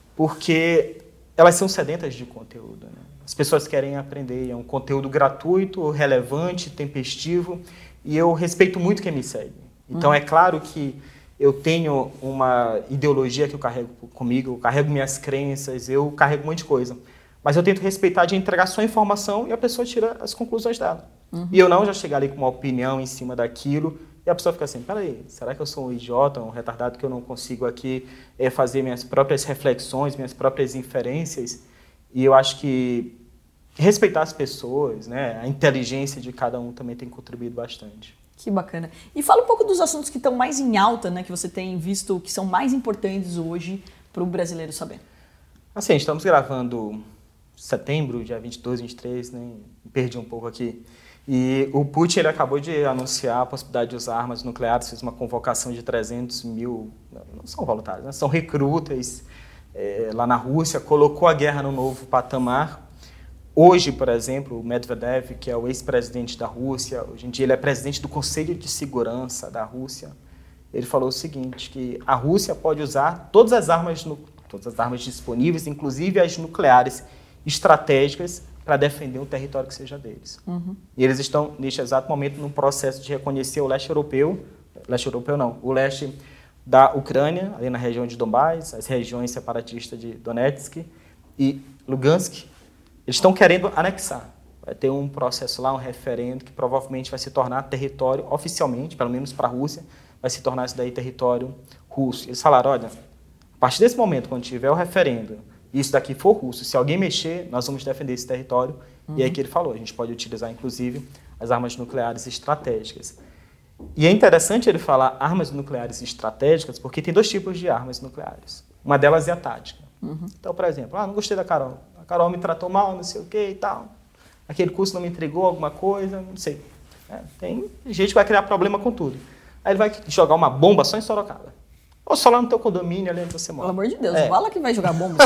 porque elas são sedentas de conteúdo. Né? As pessoas querem aprender, é um conteúdo gratuito, relevante, tempestivo, e eu respeito muito quem me segue. Então é claro que eu tenho uma ideologia que eu carrego comigo, eu carrego minhas crenças, eu carrego um monte de coisa. Mas eu tento respeitar de entregar só a informação e a pessoa tira as conclusões dela. Uhum. E eu não já chegar ali com uma opinião em cima daquilo e a pessoa fica assim, peraí, será que eu sou um idiota, um retardado que eu não consigo aqui é, fazer minhas próprias reflexões, minhas próprias inferências? E eu acho que respeitar as pessoas, né, a inteligência de cada um também tem contribuído bastante. Que bacana. E fala um pouco dos assuntos que estão mais em alta, né, que você tem visto que são mais importantes hoje para o brasileiro saber. Assim, estamos gravando setembro, dia vinte e dois, vinte e três, né? Perdi um pouco aqui. E o Putin ele acabou de anunciar a possibilidade de usar armas nucleares, fez uma convocação de trezentos mil, não são voluntários, né? São recrutas é, lá na Rússia, colocou a guerra no novo patamar. Hoje, por exemplo, o Medvedev, que é o ex-presidente da Rússia, hoje em dia ele é presidente do Conselho de Segurança da Rússia, ele falou o seguinte, que a Rússia pode usar todas as armas, todas as armas disponíveis, inclusive as nucleares estratégicas, para defender um território que seja deles. Uhum. E eles estão, neste exato momento, num processo de reconhecer o leste europeu, leste europeu não, o leste da Ucrânia, ali na região de Donbás, as regiões separatistas de Donetsk e Lugansk. Eles estão querendo anexar. Vai ter um processo lá, um referendo, que provavelmente vai se tornar território, oficialmente, pelo menos para a Rússia, vai se tornar isso daí território russo. Eles falaram, olha, a partir desse momento, quando tiver o referendo, e isso daqui for russo, se alguém mexer, nós vamos defender esse território. Uhum. E é aí que ele falou, a gente pode utilizar, inclusive, as armas nucleares estratégicas. E é interessante ele falar armas nucleares estratégicas, porque tem dois tipos de armas nucleares. Uma delas é a tática. Uhum. Então, por exemplo, ah, não gostei da Carol. A Carol me tratou mal, não sei o que e tal. Aquele curso não me entregou alguma coisa, não sei. É, tem gente que vai criar problema com tudo. Aí ele vai jogar uma bomba só em Sorocaba. Ou só lá no teu condomínio, ali onde você mora. Pelo amor de Deus, é. fala que vai jogar bomba.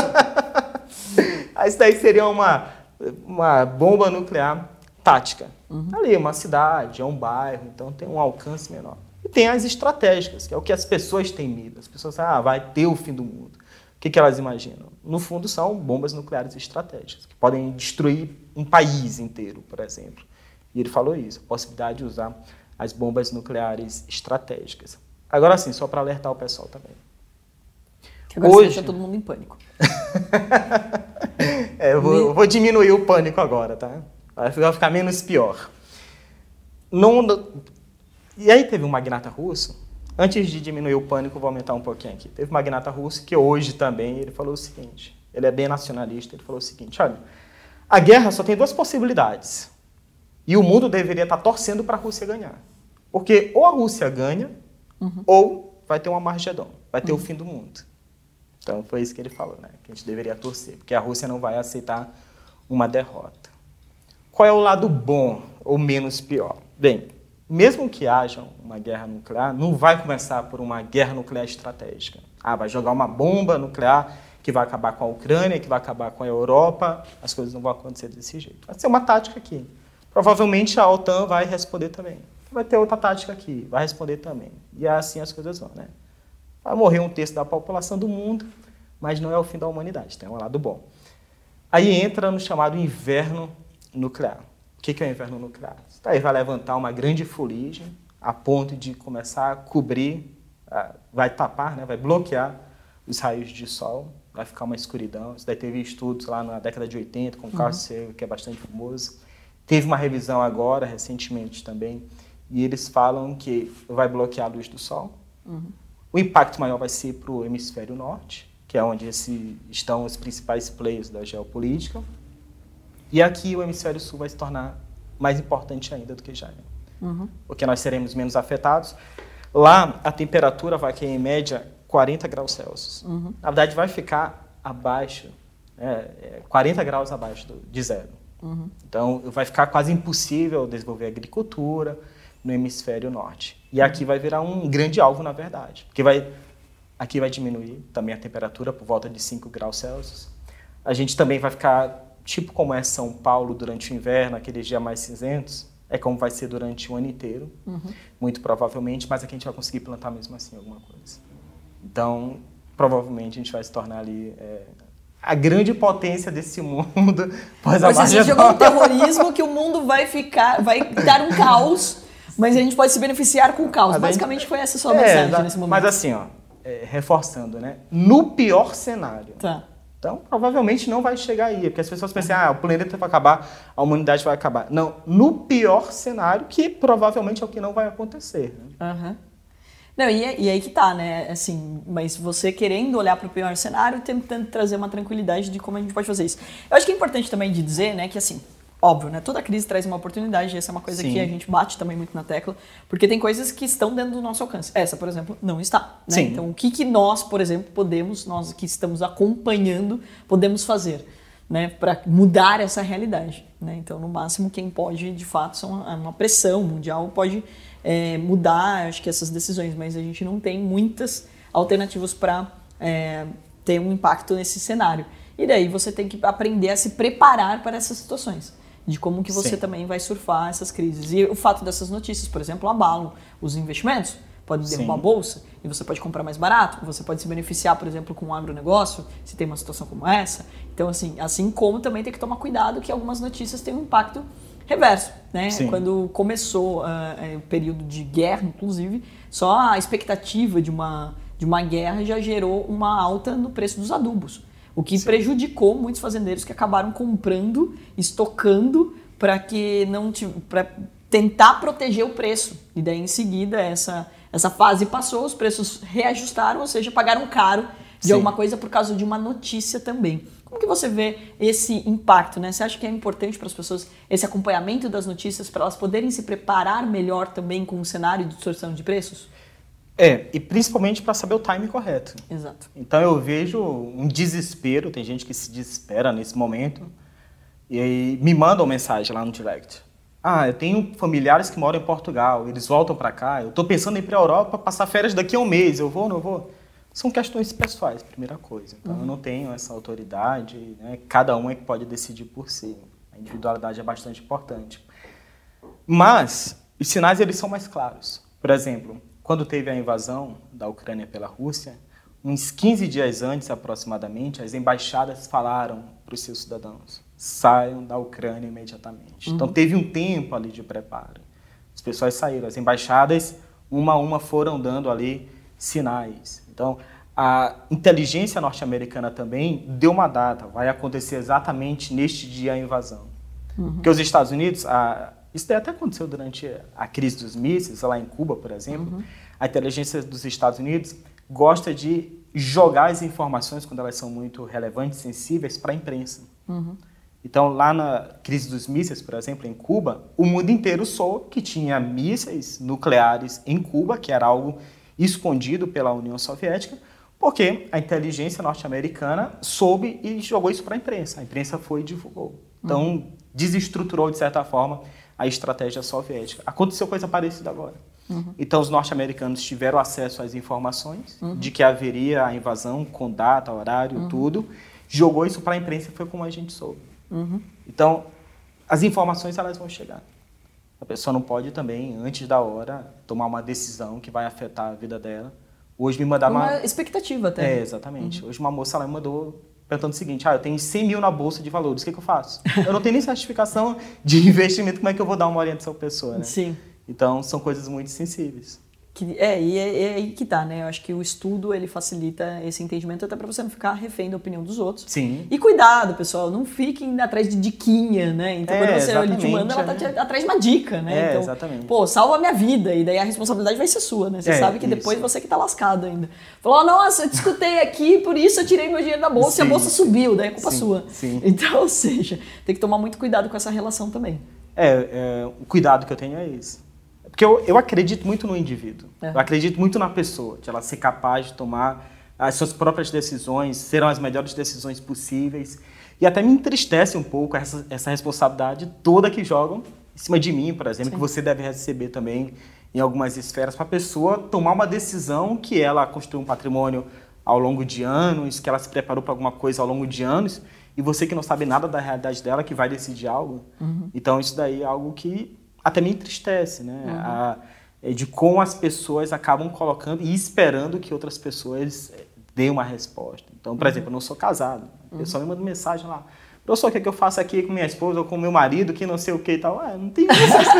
Aí isso daí seria uma, uma bomba nuclear tática. Uhum. Ali, uma cidade, é um bairro, então tem um alcance menor. E tem as estratégicas, que é o que as pessoas têm medo. As pessoas falam, ah, vai ter o fim do mundo. O que, que elas imaginam? No fundo, são bombas nucleares estratégicas, que podem destruir um país inteiro, por exemplo. E ele falou isso, a possibilidade de usar as bombas nucleares estratégicas. Agora sim, só para alertar o pessoal também. Que agora Hoje... você deixa todo mundo em pânico. é, eu, vou, eu vou diminuir o pânico agora, tá? Vai ficar menos pior. Não... E aí teve um magnata russo. Antes de diminuir o pânico, vou aumentar um pouquinho aqui. Teve um magnata russo que hoje também, ele falou o seguinte, ele é bem nacionalista, ele falou o seguinte, olha, a guerra só tem duas possibilidades e o mundo deveria estar torcendo para a Rússia ganhar. Porque ou a Rússia ganha, uhum. ou vai ter um Armagedon, vai ter uhum. o fim do mundo. Então foi isso que ele falou, né? Que a gente deveria torcer, porque a Rússia não vai aceitar uma derrota. Qual é o lado bom ou menos pior? Bem, mesmo que haja uma guerra nuclear, não vai começar por uma guerra nuclear estratégica. Ah, vai jogar uma bomba nuclear que vai acabar com a Ucrânia, que vai acabar com a Europa. As coisas não vão acontecer desse jeito. Vai ser uma tática aqui. Provavelmente a OTAN vai responder também. Vai ter outra tática aqui, vai responder também. E assim as coisas vão, né? Vai morrer um terço da população do mundo, mas não é o fim da humanidade, tem um lado bom. Aí entra no chamado inverno nuclear. O que, que é o inverno nuclear? Aí vai levantar uma grande fuligem a ponto de começar a cobrir, vai tapar, né, vai bloquear os raios de sol, vai ficar uma escuridão. Isso daí teve estudos lá na década de oitenta com o Carl Sagan, que é bastante famoso. Teve uma revisão agora, recentemente também, e eles falam que vai bloquear a luz do sol. Uhum. O impacto maior vai ser para o hemisfério norte, que é onde esse, estão os principais players da geopolítica. E aqui o hemisfério sul vai se tornar mais importante ainda do que já é. Uhum. Porque nós seremos menos afetados. Lá, a temperatura vai cair em média quarenta graus Celsius. Uhum. Na verdade, vai ficar abaixo, é, quarenta graus abaixo do, de zero. Uhum. Então, vai ficar quase impossível desenvolver agricultura no hemisfério norte. E aqui vai virar um grande alvo, na verdade. Porque vai, aqui vai diminuir também a temperatura por volta de cinco graus Celsius. A gente também vai ficar, tipo como é São Paulo durante o inverno, aqueles dias mais cinzentos, é como vai ser durante o ano inteiro, uhum. muito provavelmente, mas aqui a gente vai conseguir plantar mesmo assim alguma coisa. Então, provavelmente a gente vai se tornar ali é, a grande potência desse mundo pós a Você jogou um terrorismo que o mundo vai ficar, vai dar um caos, mas a gente pode se beneficiar com o caos. Mas Basicamente gente, foi essa a sua é, mensagem da, nesse momento. Mas assim, ó, é, reforçando, né? No pior cenário. Tá. Então, provavelmente não vai chegar aí, porque as pessoas pensam, ah, o planeta vai acabar, a humanidade vai acabar. Não, no pior cenário, que provavelmente é o que não vai acontecer. Né? Uhum. Não, e, e aí que tá, né? Assim, mas você querendo olhar para o pior cenário, tentando trazer uma tranquilidade de como a gente pode fazer isso. Eu acho que é importante também de dizer, né, que assim, óbvio, né? Toda crise traz uma oportunidade, essa é uma coisa Sim. que a gente bate também muito na tecla, porque tem coisas que estão dentro do nosso alcance. Essa, por exemplo, não está. Né? Então, o que, que nós, por exemplo, podemos, nós que estamos acompanhando, podemos fazer, né, para mudar essa realidade. Né? Então, no máximo, quem pode, de fato, são uma pressão mundial, pode é, mudar, acho que essas decisões, mas a gente não tem muitas alternativas para é, ter um impacto nesse cenário. E daí você tem que aprender a se preparar para essas situações, de como que você Sim. também vai surfar essas crises. E o fato dessas notícias, por exemplo, abalam os investimentos, pode derrubar a bolsa, e você pode comprar mais barato, você pode se beneficiar, por exemplo, com um agronegócio, se tem uma situação como essa. Então, assim, assim como também tem que tomar cuidado que algumas notícias têm um impacto reverso, né? Sim. Quando começou uh, o período de guerra, inclusive, só a expectativa de uma, de uma guerra já gerou uma alta no preço dos adubos. O que Sim. prejudicou muitos fazendeiros que acabaram comprando, estocando para que não para tentar proteger o preço. E daí em seguida essa essa fase passou, os preços reajustaram, ou seja, pagaram caro de Sim. alguma coisa por causa de uma notícia também. Como que você vê esse impacto, né? Você acha que é importante para as pessoas esse acompanhamento das notícias para elas poderem se preparar melhor também com o cenário de distorção de preços? É, e principalmente para saber o timing correto. Exato. Então eu vejo um desespero, tem gente que se desespera nesse momento, e aí me mandam mensagem lá no direct. Ah, eu tenho familiares que moram em Portugal, eles voltam para cá, eu estou pensando em ir para a Europa, passar férias daqui a um mês, eu vou ou não vou? São questões pessoais, primeira coisa. Então uhum. eu não tenho essa autoridade, né? Cada um é que pode decidir por si. A individualidade é bastante importante. Mas os sinais eles são mais claros. Por exemplo, quando teve a invasão da Ucrânia pela Rússia, uns quinze dias antes, aproximadamente, as embaixadas falaram para os seus cidadãos, saiam da Ucrânia imediatamente. Uhum. Então, teve um tempo ali de preparo. As pessoas saíram. As embaixadas, uma a uma, foram dando ali sinais. Então, a inteligência norte-americana também deu uma data. Vai acontecer exatamente neste dia a invasão. Uhum. Porque os Estados Unidos... A, Isso até aconteceu durante a crise dos mísseis, lá em Cuba, por exemplo. Uhum. A inteligência dos Estados Unidos gosta de jogar as informações, quando elas são muito relevantes, sensíveis, para a imprensa. Uhum. Então, lá na crise dos mísseis, por exemplo, em Cuba, o mundo inteiro soube que tinha mísseis nucleares em Cuba, que era algo escondido pela União Soviética, porque a inteligência norte-americana soube e jogou isso para a imprensa. A imprensa foi e divulgou. Então, uhum. desestruturou, de certa forma, a estratégia soviética. Aconteceu coisa parecida agora. Uhum. Então, os norte-americanos tiveram acesso às informações uhum. de que haveria a invasão com data, horário, uhum. tudo. Jogou isso para a imprensa e foi como a gente soube. Uhum. Então, as informações elas vão chegar. A pessoa não pode também, antes da hora, tomar uma decisão que vai afetar a vida dela. Hoje me mandaram uma... uma... expectativa até. É, exatamente. Uhum. Hoje uma moça ela me mandou perguntando o seguinte, ah, eu tenho cem mil na bolsa de valores, o que, que eu faço? Eu não tenho nem certificação de investimento, como é que eu vou dar uma orientação para a pessoa, né? Sim. Então, são coisas muito sensíveis. Que, é, e é, é aí que tá, né? Eu acho que o estudo, ele facilita esse entendimento até pra você não ficar refém da opinião dos outros. Sim. E cuidado, pessoal, não fiquem atrás de diquinha, né? Então, É, quando você ele te exatamente, manda, ela tá te, atrás de uma dica, né? É, então, exatamente. pô, salva a minha vida, e daí a responsabilidade vai ser sua, né? Você É, sabe que depois isso. você que tá lascado ainda. Falou, nossa, eu te escutei aqui, por isso eu tirei meu dinheiro da bolsa Sim. e a bolsa subiu, daí é culpa Sim, sua. sim. Então, ou seja, tem que tomar muito cuidado com essa relação também. É, é, o cuidado que eu tenho é esse. Porque eu, eu acredito muito no indivíduo. É. Eu acredito muito na pessoa, de ela ser capaz de tomar as suas próprias decisões, serão as melhores decisões possíveis. E até me entristece um pouco essa, essa responsabilidade toda que jogam em cima de mim, por exemplo, Sim. que você deve receber também em algumas esferas, para a pessoa tomar uma decisão que ela construiu um patrimônio ao longo de anos, que ela se preparou para alguma coisa ao longo de anos, e você que não sabe nada da realidade dela, que vai decidir algo. Uhum. Então, isso daí é algo que até me entristece, né? Uhum. A, de como as pessoas acabam colocando e esperando que outras pessoas deem uma resposta. Então, por uhum. exemplo, eu não sou casado. A pessoa me manda mensagem lá. Professor, o que, é que eu faço aqui com minha esposa ou com meu marido, que não sei o que e tal? Ah, não tem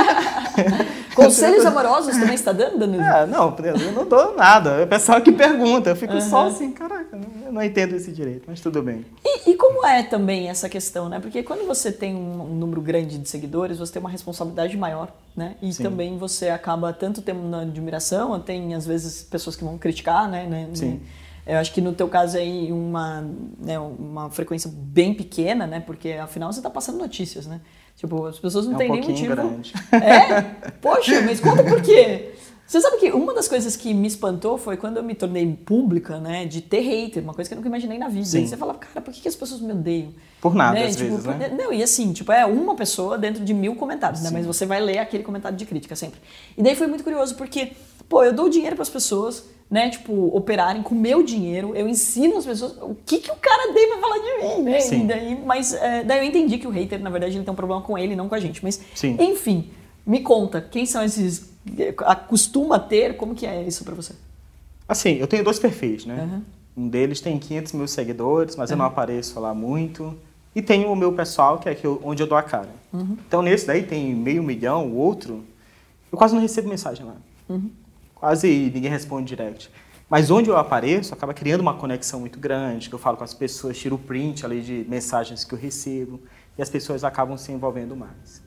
Conselhos amorosos também está dando, Danilo? É, não, eu não dou nada. É o pessoal que pergunta. Eu fico uhum. só assim, caraca, eu não entendo esse direito, mas tudo bem. E, e como é também essa questão, né? Porque quando você tem um, um número grande de seguidores, você tem uma responsabilidade maior, né? E Sim. também você acaba tanto tendo uma admiração, tem às vezes pessoas que vão criticar, né? Sim. Eu acho que no teu caso aí uma, né, uma frequência bem pequena, né? Porque afinal você está passando notícias, né? Tipo, as pessoas não é um têm nem motivo. Grande. É? Poxa, mas conta por quê? Você sabe que uma das coisas que me espantou foi quando eu me tornei pública, né? De ter hater, uma coisa que eu nunca imaginei na vida. Sim. E você fala, cara, por que, que as pessoas me odeiam? Por nada, né? às tipo, vezes, por, né? Não, e assim, tipo, é uma pessoa dentro de mil comentários, né? Mas você vai ler aquele comentário de crítica sempre. E daí foi muito curioso, porque, pô, eu dou dinheiro para as pessoas, né, tipo, operarem com meu dinheiro, eu ensino as pessoas o que, que o cara tem pra falar de mim, né? Sim. E daí, mas é, daí eu entendi que o hater, na verdade, ele tem um problema com ele, não com a gente. Mas, Sim. enfim, me conta, quem são esses... Acostuma ter, como que é isso pra você? Assim, eu tenho dois perfis, né? Uhum. Um deles tem quinhentos mil seguidores, mas uhum. eu não apareço lá muito. E tem o meu pessoal, que é que eu, onde eu dou a cara. Uhum. Então, nesse daí tem meio milhão, o outro, eu quase não recebo mensagem lá. Uhum. Quase ninguém responde direct. Mas onde eu apareço, acaba criando uma conexão muito grande, que eu falo com as pessoas, tiro o print ali de mensagens que eu recebo, e as pessoas acabam se envolvendo mais.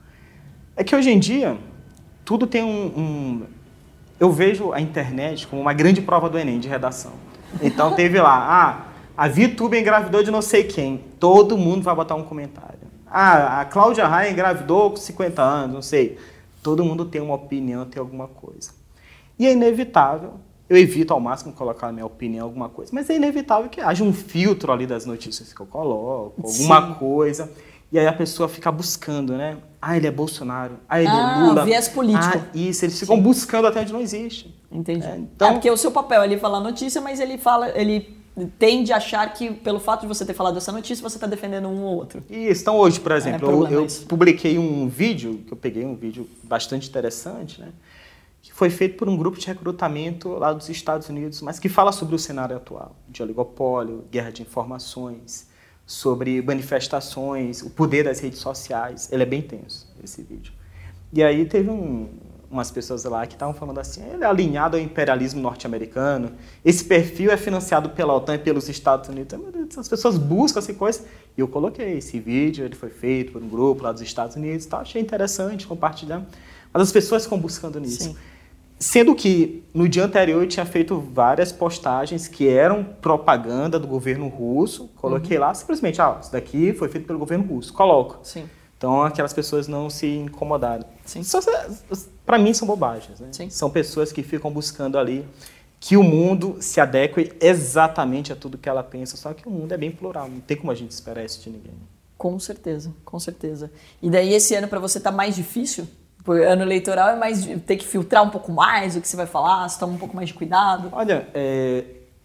É que hoje em dia, tudo tem um... um eu vejo a internet como uma grande prova do Enem, de redação. Então teve lá, ah, a VTube engravidou de não sei quem, todo mundo vai botar um comentário. Ah, a Cláudia Raia engravidou com cinquenta anos, não sei. Todo mundo tem uma opinião, tem alguma coisa. E é inevitável, eu evito ao máximo colocar a minha opinião em alguma coisa, mas é inevitável que haja um filtro ali das notícias que eu coloco, alguma Sim. coisa, e aí a pessoa fica buscando, né? Ah, ele é Bolsonaro, ah, ele ah, é Lula. viés político. Ah, isso, eles ficam Sim. buscando até onde não existe. Entendi. É, então... é, porque o seu papel é ele falar notícia, mas ele fala, ele tende a achar que pelo fato de você ter falado essa notícia, você está defendendo um ou outro. Isso, então hoje, por exemplo, é, eu, eu isso. publiquei um vídeo, que eu peguei um vídeo bastante interessante, né? Que foi feito por um grupo de recrutamento lá dos Estados Unidos, mas que fala sobre o cenário atual, de oligopólio, guerra de informações, sobre manifestações, o poder das redes sociais. Ele é bem tenso, esse vídeo. E aí teve um, umas pessoas lá que estavam falando assim, ele é alinhado ao imperialismo norte-americano, esse perfil é financiado pela OTAN e pelos Estados Unidos. Meu Deus, as pessoas buscam essa coisa. E eu coloquei esse vídeo, ele foi feito por um grupo lá dos Estados Unidos, tá? Achei interessante compartilhar. Mas as pessoas ficam buscando nisso. Sim. Sendo que no dia anterior eu tinha feito várias postagens que eram propaganda do governo russo. Coloquei uhum. lá simplesmente, ah, isso daqui foi feito pelo governo russo. Coloco. Sim. Então aquelas pessoas não se incomodaram. Sim. Para mim são bobagens, né? Sim. São pessoas que ficam buscando ali que o mundo se adeque exatamente a tudo que ela pensa. Só que o mundo é bem plural, não tem como a gente esperar isso de ninguém. Com certeza, com certeza. E daí esse ano para você tá mais difícil? Porque ano eleitoral é mais ter que filtrar um pouco mais o que você vai falar, você toma um pouco mais de cuidado. Olha, é,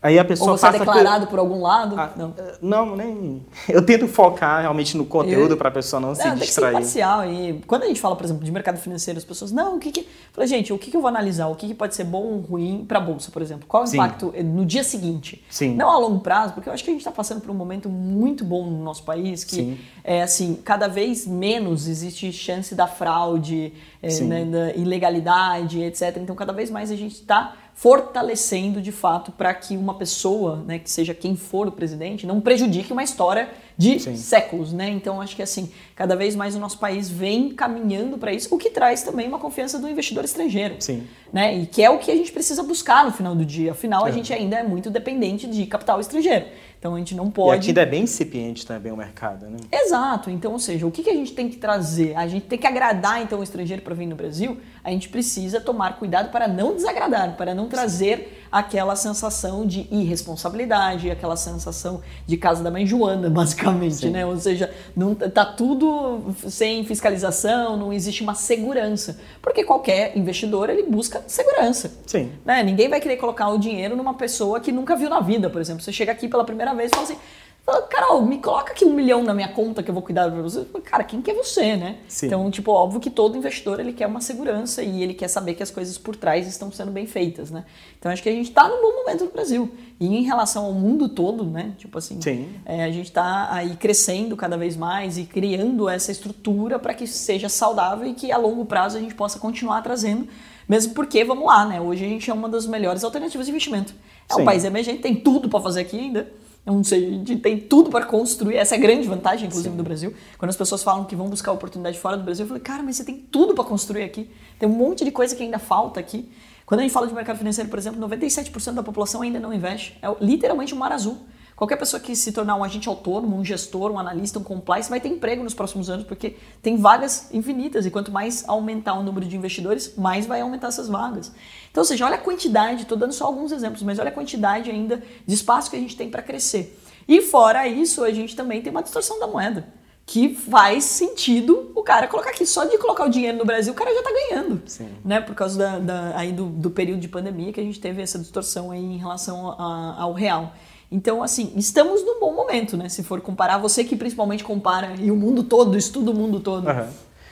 Aí a pessoa Ou você é passa declarado por... por algum lado? Ah, não. não, nem... Eu tento focar realmente no conteúdo para a pessoa não, não se tem distrair. Tem que ser imparcial. E quando a gente fala, por exemplo, de mercado financeiro, as pessoas, não, o que que... Eu falei, gente, o que que eu vou analisar? O que que pode ser bom ou ruim para a Bolsa, por exemplo? Qual o Sim. impacto no dia seguinte? Sim. Não a longo prazo, porque eu acho que a gente está passando por um momento muito bom no nosso país, que Sim. é assim, cada vez menos existe chance da fraude, é, né, da ilegalidade, etcétera. Então, cada vez mais a gente está fortalecendo de fato para que uma pessoa, né, que seja quem for o presidente, não prejudique uma história de Sim. séculos, né? Então acho que assim, cada vez mais o nosso país vem caminhando para isso, o que traz também uma confiança do investidor estrangeiro, Sim. né? E que é o que a gente precisa buscar no final do dia. Afinal, a É. gente ainda é muito dependente de capital estrangeiro. Então a gente não pode... E aqui ainda é bem incipiente também o mercado, né? Exato. Então, ou seja, o que que a gente tem que trazer? A gente tem que agradar, então, o estrangeiro para vir no Brasil? A gente precisa tomar cuidado para não desagradar, para não trazer aquela sensação de irresponsabilidade, aquela sensação de casa da mãe Joana, basicamente, Sim. né? Ou seja, não tá tudo sem fiscalização, não existe uma segurança. Porque qualquer investidor, ele busca segurança. Sim. Né? Ninguém vai querer colocar o dinheiro numa pessoa que nunca viu na vida, por exemplo. Você chega aqui pela primeira vez e fala assim, Carol, me coloca aqui um milhão na minha conta que eu vou cuidar pra você. Cara, quem que é você, né? Sim. Então, tipo, óbvio que todo investidor, ele quer uma segurança e ele quer saber que as coisas por trás estão sendo bem feitas, né? Então, acho que a gente tá num bom momento no Brasil. E em relação ao mundo todo, né? Tipo assim, Sim. É, a gente tá aí crescendo cada vez mais e criando essa estrutura para que seja saudável e que a longo prazo a gente possa continuar trazendo. Mesmo porque, vamos lá, né? Hoje a gente é uma das melhores alternativas de investimento. É um Sim. país emergente, tem tudo para fazer aqui ainda. Eu não sei, a gente tem tudo para construir. Essa é a grande vantagem, inclusive, Sim. do Brasil. Quando as pessoas falam que vão buscar oportunidade fora do Brasil, eu falei, cara, mas você tem tudo para construir aqui. Tem um monte de coisa que ainda falta aqui. Quando a gente fala de mercado financeiro, por exemplo, noventa e sete por cento da população ainda não investe. É literalmente um mar azul. Qualquer pessoa que se tornar um agente autônomo, um gestor, um analista, um compliance, vai ter emprego nos próximos anos, porque tem vagas infinitas. E quanto mais aumentar o número de investidores, mais vai aumentar essas vagas. Então, ou seja, olha a quantidade, estou dando só alguns exemplos, mas olha a quantidade ainda de espaço que a gente tem para crescer. E fora isso, a gente também tem uma distorção da moeda, que faz sentido o cara colocar aqui. Só de colocar o dinheiro no Brasil, o cara já está ganhando. Sim. Né? Por causa da, da, aí do, do período de pandemia que a gente teve essa distorção aí em relação a, ao real. Então, assim, estamos num bom momento, né? Se for comparar, você que principalmente compara, e o mundo todo, estuda o mundo todo. Uhum.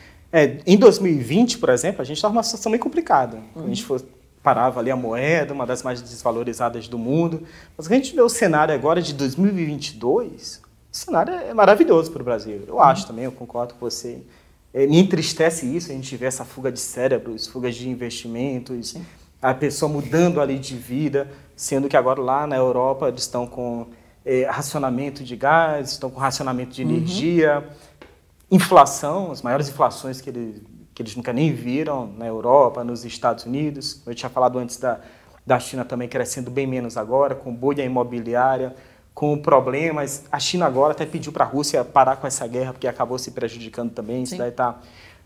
É, em dois mil e vinte, por exemplo, a gente estava numa situação bem complicada. Uhum. A gente for, parava ali a moeda, uma das mais desvalorizadas do mundo. Mas a gente vê o cenário agora de dois mil e vinte e dois, o cenário é maravilhoso para o Brasil. Eu uhum. acho também, eu concordo com você. É, me entristece isso, a gente vê essa fuga de cérebros, fugas de investimentos, Sim. a pessoa mudando ali de vida, sendo que agora lá na Europa eles estão com é, racionamento de gás, estão com racionamento de energia, uhum. inflação, as maiores inflações que eles, que eles nunca nem viram na Europa, nos Estados Unidos. Eu tinha falado antes da, da China também crescendo bem menos agora, com bolha imobiliária, com problemas. A China agora até pediu para a Rússia parar com essa guerra, porque acabou se prejudicando também. Isso daí tá,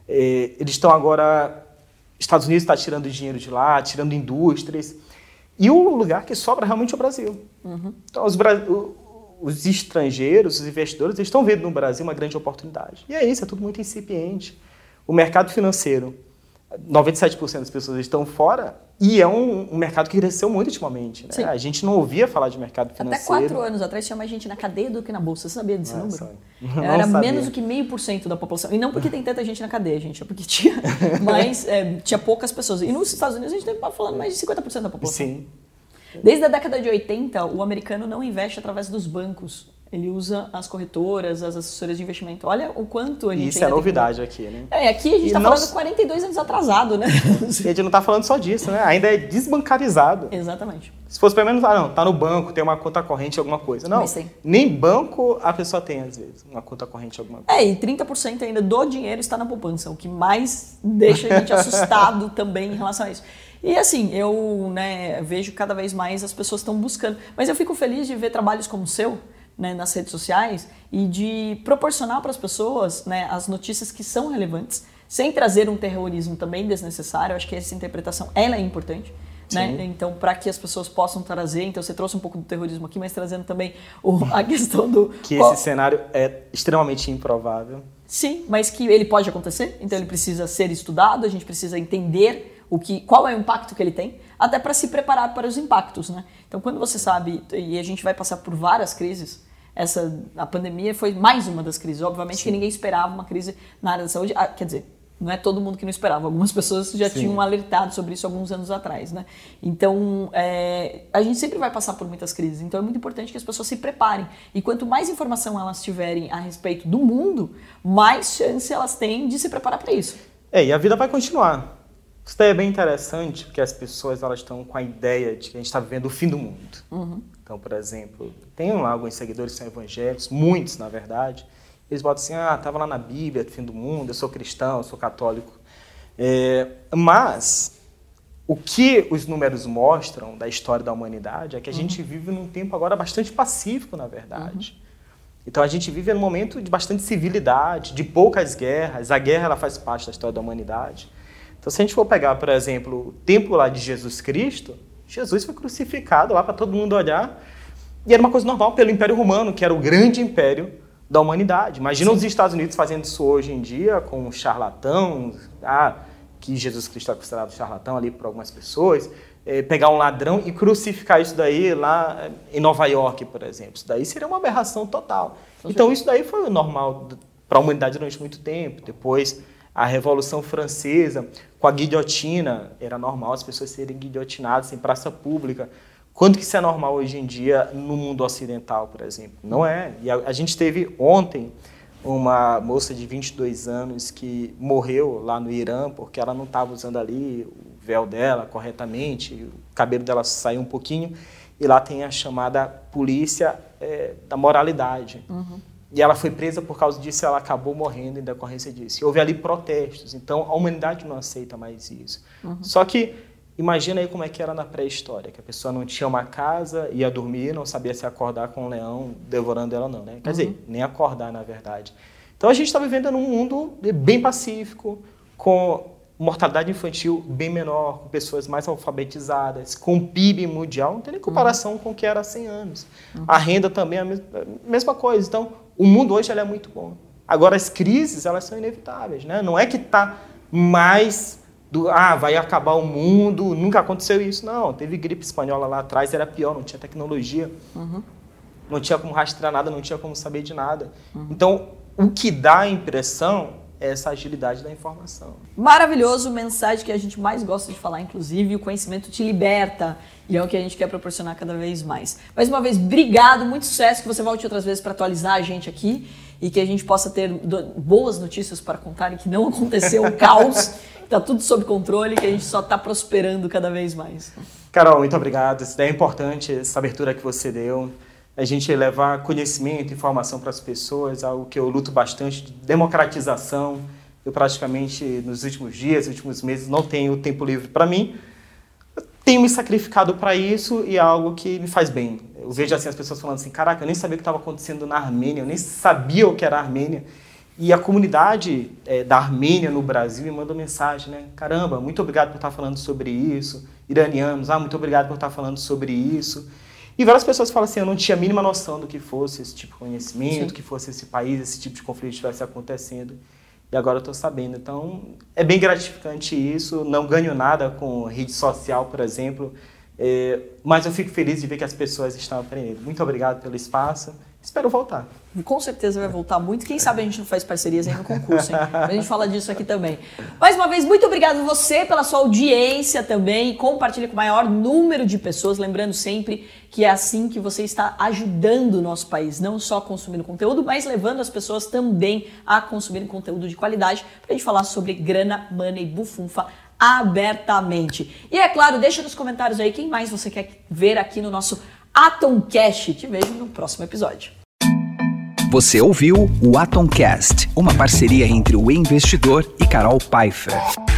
é, eles estão agora... Estados Unidos está tirando dinheiro de lá, tirando indústrias. E o lugar que sobra realmente é o Brasil. Uhum. Então, os, os estrangeiros, os investidores, eles estão vendo no Brasil uma grande oportunidade. E é isso, é tudo muito incipiente. O mercado financeiro, noventa e sete por cento das pessoas estão fora e é um, um mercado que cresceu muito ultimamente. Né? A gente não ouvia falar de mercado financeiro. Até quatro anos atrás tinha mais gente na cadeia do que na bolsa. Você sabia desse não, número? Não Era sabia. menos do que meio por cento da população. E não porque tem tanta gente na cadeia, gente. É porque tinha, mas, é, tinha poucas pessoas. E nos Estados Unidos a gente está falando mais de cinquenta por cento da população. Sim. Desde a década de oitenta, o americano não investe através dos bancos. Ele usa as corretoras, as assessoras de investimento. Olha o quanto a gente... Isso é novidade aqui, né? É, aqui a gente está falando quarenta e dois anos atrasado, né? E a gente não está falando só disso, né? Ainda é desbancarizado. Exatamente. Se fosse pelo menos, ah, não, tá no banco, tem uma conta corrente, alguma coisa. Não, nem banco a pessoa tem, às vezes, uma conta corrente, alguma coisa. É, e trinta por cento ainda do dinheiro está na poupança, o que mais deixa a gente assustado também em relação a isso. E assim, eu né, vejo cada vez mais as pessoas estão buscando. Mas eu fico feliz de ver trabalhos como o seu, né, nas redes sociais, e de proporcionar para as pessoas, né, as notícias que são relevantes, sem trazer um terrorismo também desnecessário. Eu acho que essa interpretação ela é importante. Né? Então, para que as pessoas possam trazer, então você trouxe um pouco do terrorismo aqui, mas trazendo também o, a questão do... Que esse cenário é extremamente improvável. Sim, mas que ele pode acontecer, então ele precisa ser estudado, a gente precisa entender o que, qual é o impacto que ele tem, até para se preparar para os impactos, né? Então, quando você sabe, e a gente vai passar por várias crises, essa, a pandemia foi mais uma das crises. Obviamente Sim. que ninguém esperava uma crise na área da saúde, ah, quer dizer, não é todo mundo que não esperava, algumas pessoas já Sim. tinham alertado sobre isso alguns anos atrás, né? Então, é, a gente sempre vai passar por muitas crises, então é muito importante que as pessoas se preparem. E quanto mais informação elas tiverem a respeito do mundo, mais chance elas têm de se preparar para isso. É, e a vida vai continuar. Isso daí é bem interessante, porque as pessoas elas estão com a ideia de que a gente está vivendo o fim do mundo. Uhum. Então, por exemplo, tem lá alguns seguidores que são evangélicos, muitos, na verdade. Eles botam assim, ah, estava lá na Bíblia, fim do mundo, eu sou cristão, eu sou católico. É, mas o que os números mostram da história da humanidade é que a uhum. gente vive num tempo agora bastante pacífico, na verdade. Uhum. Então a gente vive num momento de bastante civilidade, de poucas guerras. A guerra ela faz parte da história da humanidade. Então se a gente for pegar, por exemplo, o tempo lá de Jesus Cristo, Jesus foi crucificado lá para todo mundo olhar. E era uma coisa normal pelo Império Romano, que era o grande império da humanidade. Imagina Sim. os Estados Unidos fazendo isso hoje em dia com um charlatão, ah, que Jesus Cristo é considerado charlatão ali por algumas pessoas, é, pegar um ladrão e crucificar isso daí lá em Nova York, por exemplo. Isso daí seria uma aberração total. Então isso daí foi normal para a humanidade durante muito tempo. Depois a Revolução Francesa, com a guilhotina, era normal as pessoas serem guilhotinadas em praça pública. Quanto que isso é normal hoje em dia no mundo ocidental, por exemplo? Não é. E a, a gente teve ontem uma moça de vinte e dois anos que morreu lá no Irã porque ela não estava usando ali o véu dela corretamente, o cabelo dela saiu um pouquinho, e lá tem a chamada polícia é, da moralidade. Uhum. E ela foi presa por causa disso e ela acabou morrendo em decorrência disso. E houve ali protestos, então a humanidade não aceita mais isso. Uhum. Só que imagina aí como é que era na pré-história, que a pessoa não tinha uma casa, ia dormir, não sabia se acordar com um leão devorando ela não, né? Quer uhum. dizer, nem acordar, na verdade. Então a gente está vivendo num mundo bem pacífico, com mortalidade infantil bem menor, com pessoas mais alfabetizadas, com P I B mundial, não tem nem comparação uhum. com o que era há cem anos. Uhum. A renda também é a mesma coisa. Então, o mundo hoje ele é muito bom. Agora, as crises, elas são inevitáveis, né? Não é que está mais... Do, ah, vai acabar o mundo, nunca aconteceu isso. Não, teve gripe espanhola lá atrás, era pior, não tinha tecnologia, uhum. não tinha como rastrear nada, não tinha como saber de nada. Uhum. Então, o que dá a impressão é essa agilidade da informação. Maravilhoso, mensagem que a gente mais gosta de falar, inclusive, o conhecimento te liberta, e é o que a gente quer proporcionar cada vez mais. Mais uma vez, obrigado, muito sucesso, que você volte outras vezes para atualizar a gente aqui, e que a gente possa ter boas notícias para contar, e que não aconteceu um caos, está tudo sob controle, que a gente só está prosperando cada vez mais. Carol, muito obrigado. Isso daí é importante, essa abertura que você deu. A gente levar conhecimento, informação para as pessoas, algo que eu luto bastante, de democratização. Eu praticamente, nos últimos dias, nos últimos meses, não tenho tempo livre para mim. Eu tenho me sacrificado para isso e é algo que me faz bem. Eu vejo assim, as pessoas falando assim, caraca, eu nem sabia o que estava acontecendo na Armênia, eu nem sabia o que era a Armênia. E a comunidade é, da Armênia no Brasil me mandou mensagem, né? Caramba, muito obrigado por estar falando sobre isso. Iranianos, ah, muito obrigado por estar falando sobre isso. E várias pessoas falam assim, eu não tinha a mínima noção do que fosse esse tipo de conhecimento, Sim. que fosse esse país, esse tipo de conflito estivesse acontecendo. E agora eu estou sabendo. Então, é bem gratificante isso. Não ganho nada com rede social, por exemplo. É, mas eu fico feliz de ver que as pessoas estão aprendendo. Muito obrigado pelo espaço. Espero voltar. Com certeza vai voltar muito. Quem sabe a gente não faz parcerias aí no concurso, hein? A gente fala disso aqui também. Mais uma vez, muito obrigado você pela sua audiência também. Compartilhe com o maior número de pessoas. Lembrando sempre que é assim que você está ajudando o nosso país. Não só consumindo conteúdo, mas levando as pessoas também a consumirem conteúdo de qualidade. Para a gente falar sobre grana, money, bufunfa abertamente. E é claro, deixa nos comentários aí quem mais você quer ver aqui no nosso Atomcast. Te vejo no próximo episódio. Você ouviu o Atomcast, uma parceria entre o investidor e Carol Pfeiffer.